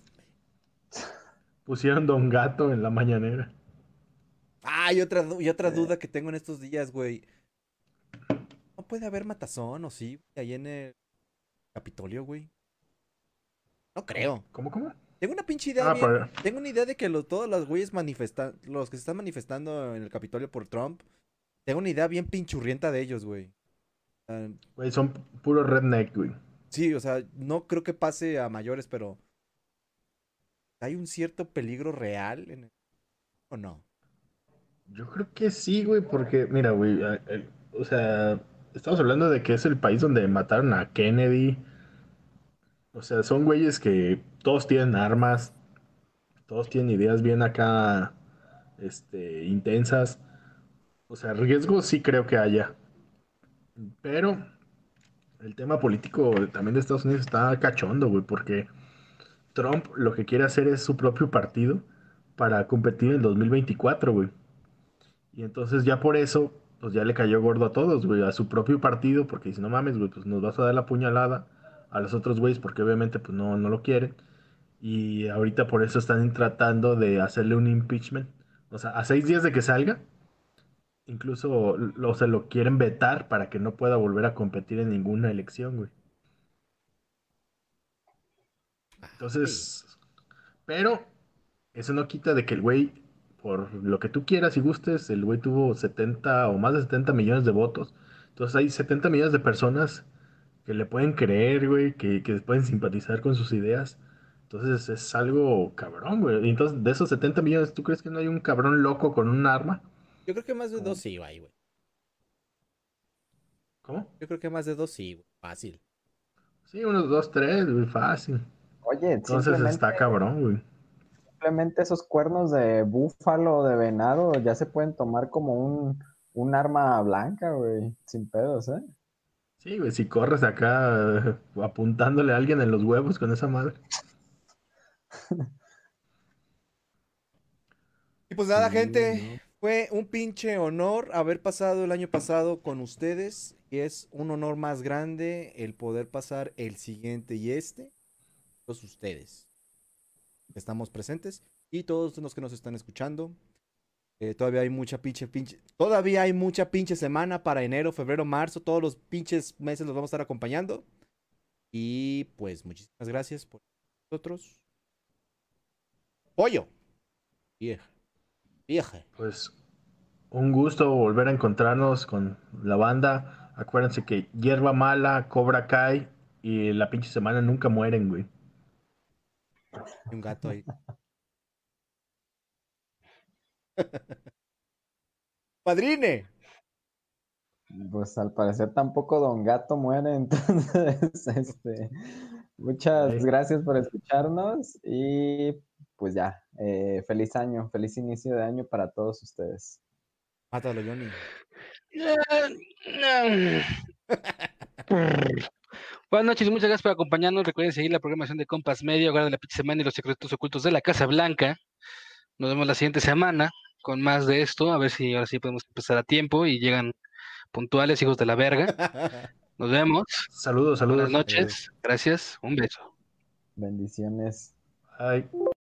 Speaker 5: Pusieron Don Gato en la mañanera.
Speaker 3: Ah, y otra, du- y otra
Speaker 6: eh,
Speaker 3: duda que tengo en estos días, güey. ¿No puede haber matazón o sí? Ahí en el Capitolio, güey. No
Speaker 5: ¿Cómo,
Speaker 3: creo.
Speaker 5: cómo? cómo?
Speaker 3: Tengo una pinche idea
Speaker 5: Ah,
Speaker 3: bien.
Speaker 5: para...
Speaker 3: Tengo una idea de que lo- todos los güeyes manifestan, los que se están manifestando en el Capitolio por Trump, tengo una idea bien pinchurrienta de ellos, güey. Ah,
Speaker 5: Güey, son puro redneck, güey.
Speaker 3: sí, o sea, no creo que pase a mayores, pero ¿hay un cierto peligro real en el... o no?
Speaker 5: Yo creo que sí, güey, porque, mira, güey, a- el- o sea, estamos hablando de que es el país donde mataron a Kennedy. O sea, son güeyes que todos tienen armas, todos tienen ideas bien acá, este, intensas. O sea, riesgos sí creo que haya. Pero el tema político también de Estados Unidos está cachondo, güey, porque Trump lo que quiere hacer es su propio partido para competir en dos mil veinticuatro, güey. Y entonces ya por eso, pues ya le cayó gordo a todos, güey, a su propio partido, porque dice, no mames, güey, pues nos vas a dar la puñalada a los otros güeyes, porque obviamente pues no, no lo quieren. Y ahorita por eso están tratando de hacerle un impeachment. O sea, a seis días de que salga, incluso lo, se lo quieren vetar para que no pueda volver a competir en ninguna elección, güey.
Speaker 3: Ay,
Speaker 5: Entonces, pero eso no quita de que el güey, por lo que tú quieras y gustes, el güey tuvo setenta o más de setenta millones de votos. Entonces hay setenta millones de personas que le pueden creer, güey, que, que pueden simpatizar con sus ideas. Entonces es algo cabrón, güey. Y entonces, de esos setenta millones, ¿tú crees que no hay un cabrón loco con un arma?
Speaker 3: yo creo que más de dos
Speaker 6: como-
Speaker 3: sí, güey, güey.
Speaker 5: ¿Cómo?
Speaker 3: Yo creo que más de dos sí, güey. Fácil.
Speaker 5: Sí, unos dos, tres, güey, fácil.
Speaker 6: Oye,
Speaker 5: Entonces
Speaker 6: simplemente,
Speaker 5: está cabrón, güey.
Speaker 6: simplemente esos cuernos de búfalo o de venado ya se pueden tomar como un, un arma blanca, güey. Sin pedos, ¿eh?
Speaker 5: Sí, güey, si corres acá eh, apuntándole a alguien en los huevos con esa madre.
Speaker 3: Y pues nada,
Speaker 5: Sí,
Speaker 3: gente,
Speaker 5: no.
Speaker 3: fue un pinche honor haber pasado el año pasado con ustedes. Y es un honor más grande el poder pasar el siguiente y este. Todos ustedes. Estamos presentes. Y todos los que nos están escuchando. Eh, todavía hay mucha pinche, pinche. Todavía hay mucha pinche semana para enero, febrero, marzo. Todos los pinches meses los vamos a estar acompañando. Y pues muchísimas gracias por nosotros. Pollo. Vieja. Vieja.
Speaker 5: Pues un gusto volver a encontrarnos con la banda. Acuérdense que Hierba Mala, Cobra Kai y la pinche semana nunca mueren, güey.
Speaker 3: Y un gato ahí. Padrine.
Speaker 6: Pues al parecer tampoco Don Gato muere, entonces, este, muchas
Speaker 5: Ey,
Speaker 6: gracias por escucharnos y pues ya, eh, feliz año, feliz inicio de año para todos ustedes.
Speaker 3: Mátalo, Johnny.
Speaker 4: Buenas noches y muchas gracias por acompañarnos. Recuerden seguir la programación de Compas Media, Guarda la Pinche Semana y los secretos ocultos de la Casa Blanca. Nos vemos la siguiente semana con más de esto. A ver si ahora sí podemos empezar a tiempo y llegan puntuales, hijos de la verga. Nos vemos.
Speaker 5: saludos,
Speaker 4: Buenas
Speaker 5: saludos.
Speaker 3: Adiós.
Speaker 4: noches. Gracias. Un beso.
Speaker 6: Bendiciones.
Speaker 5: Ay.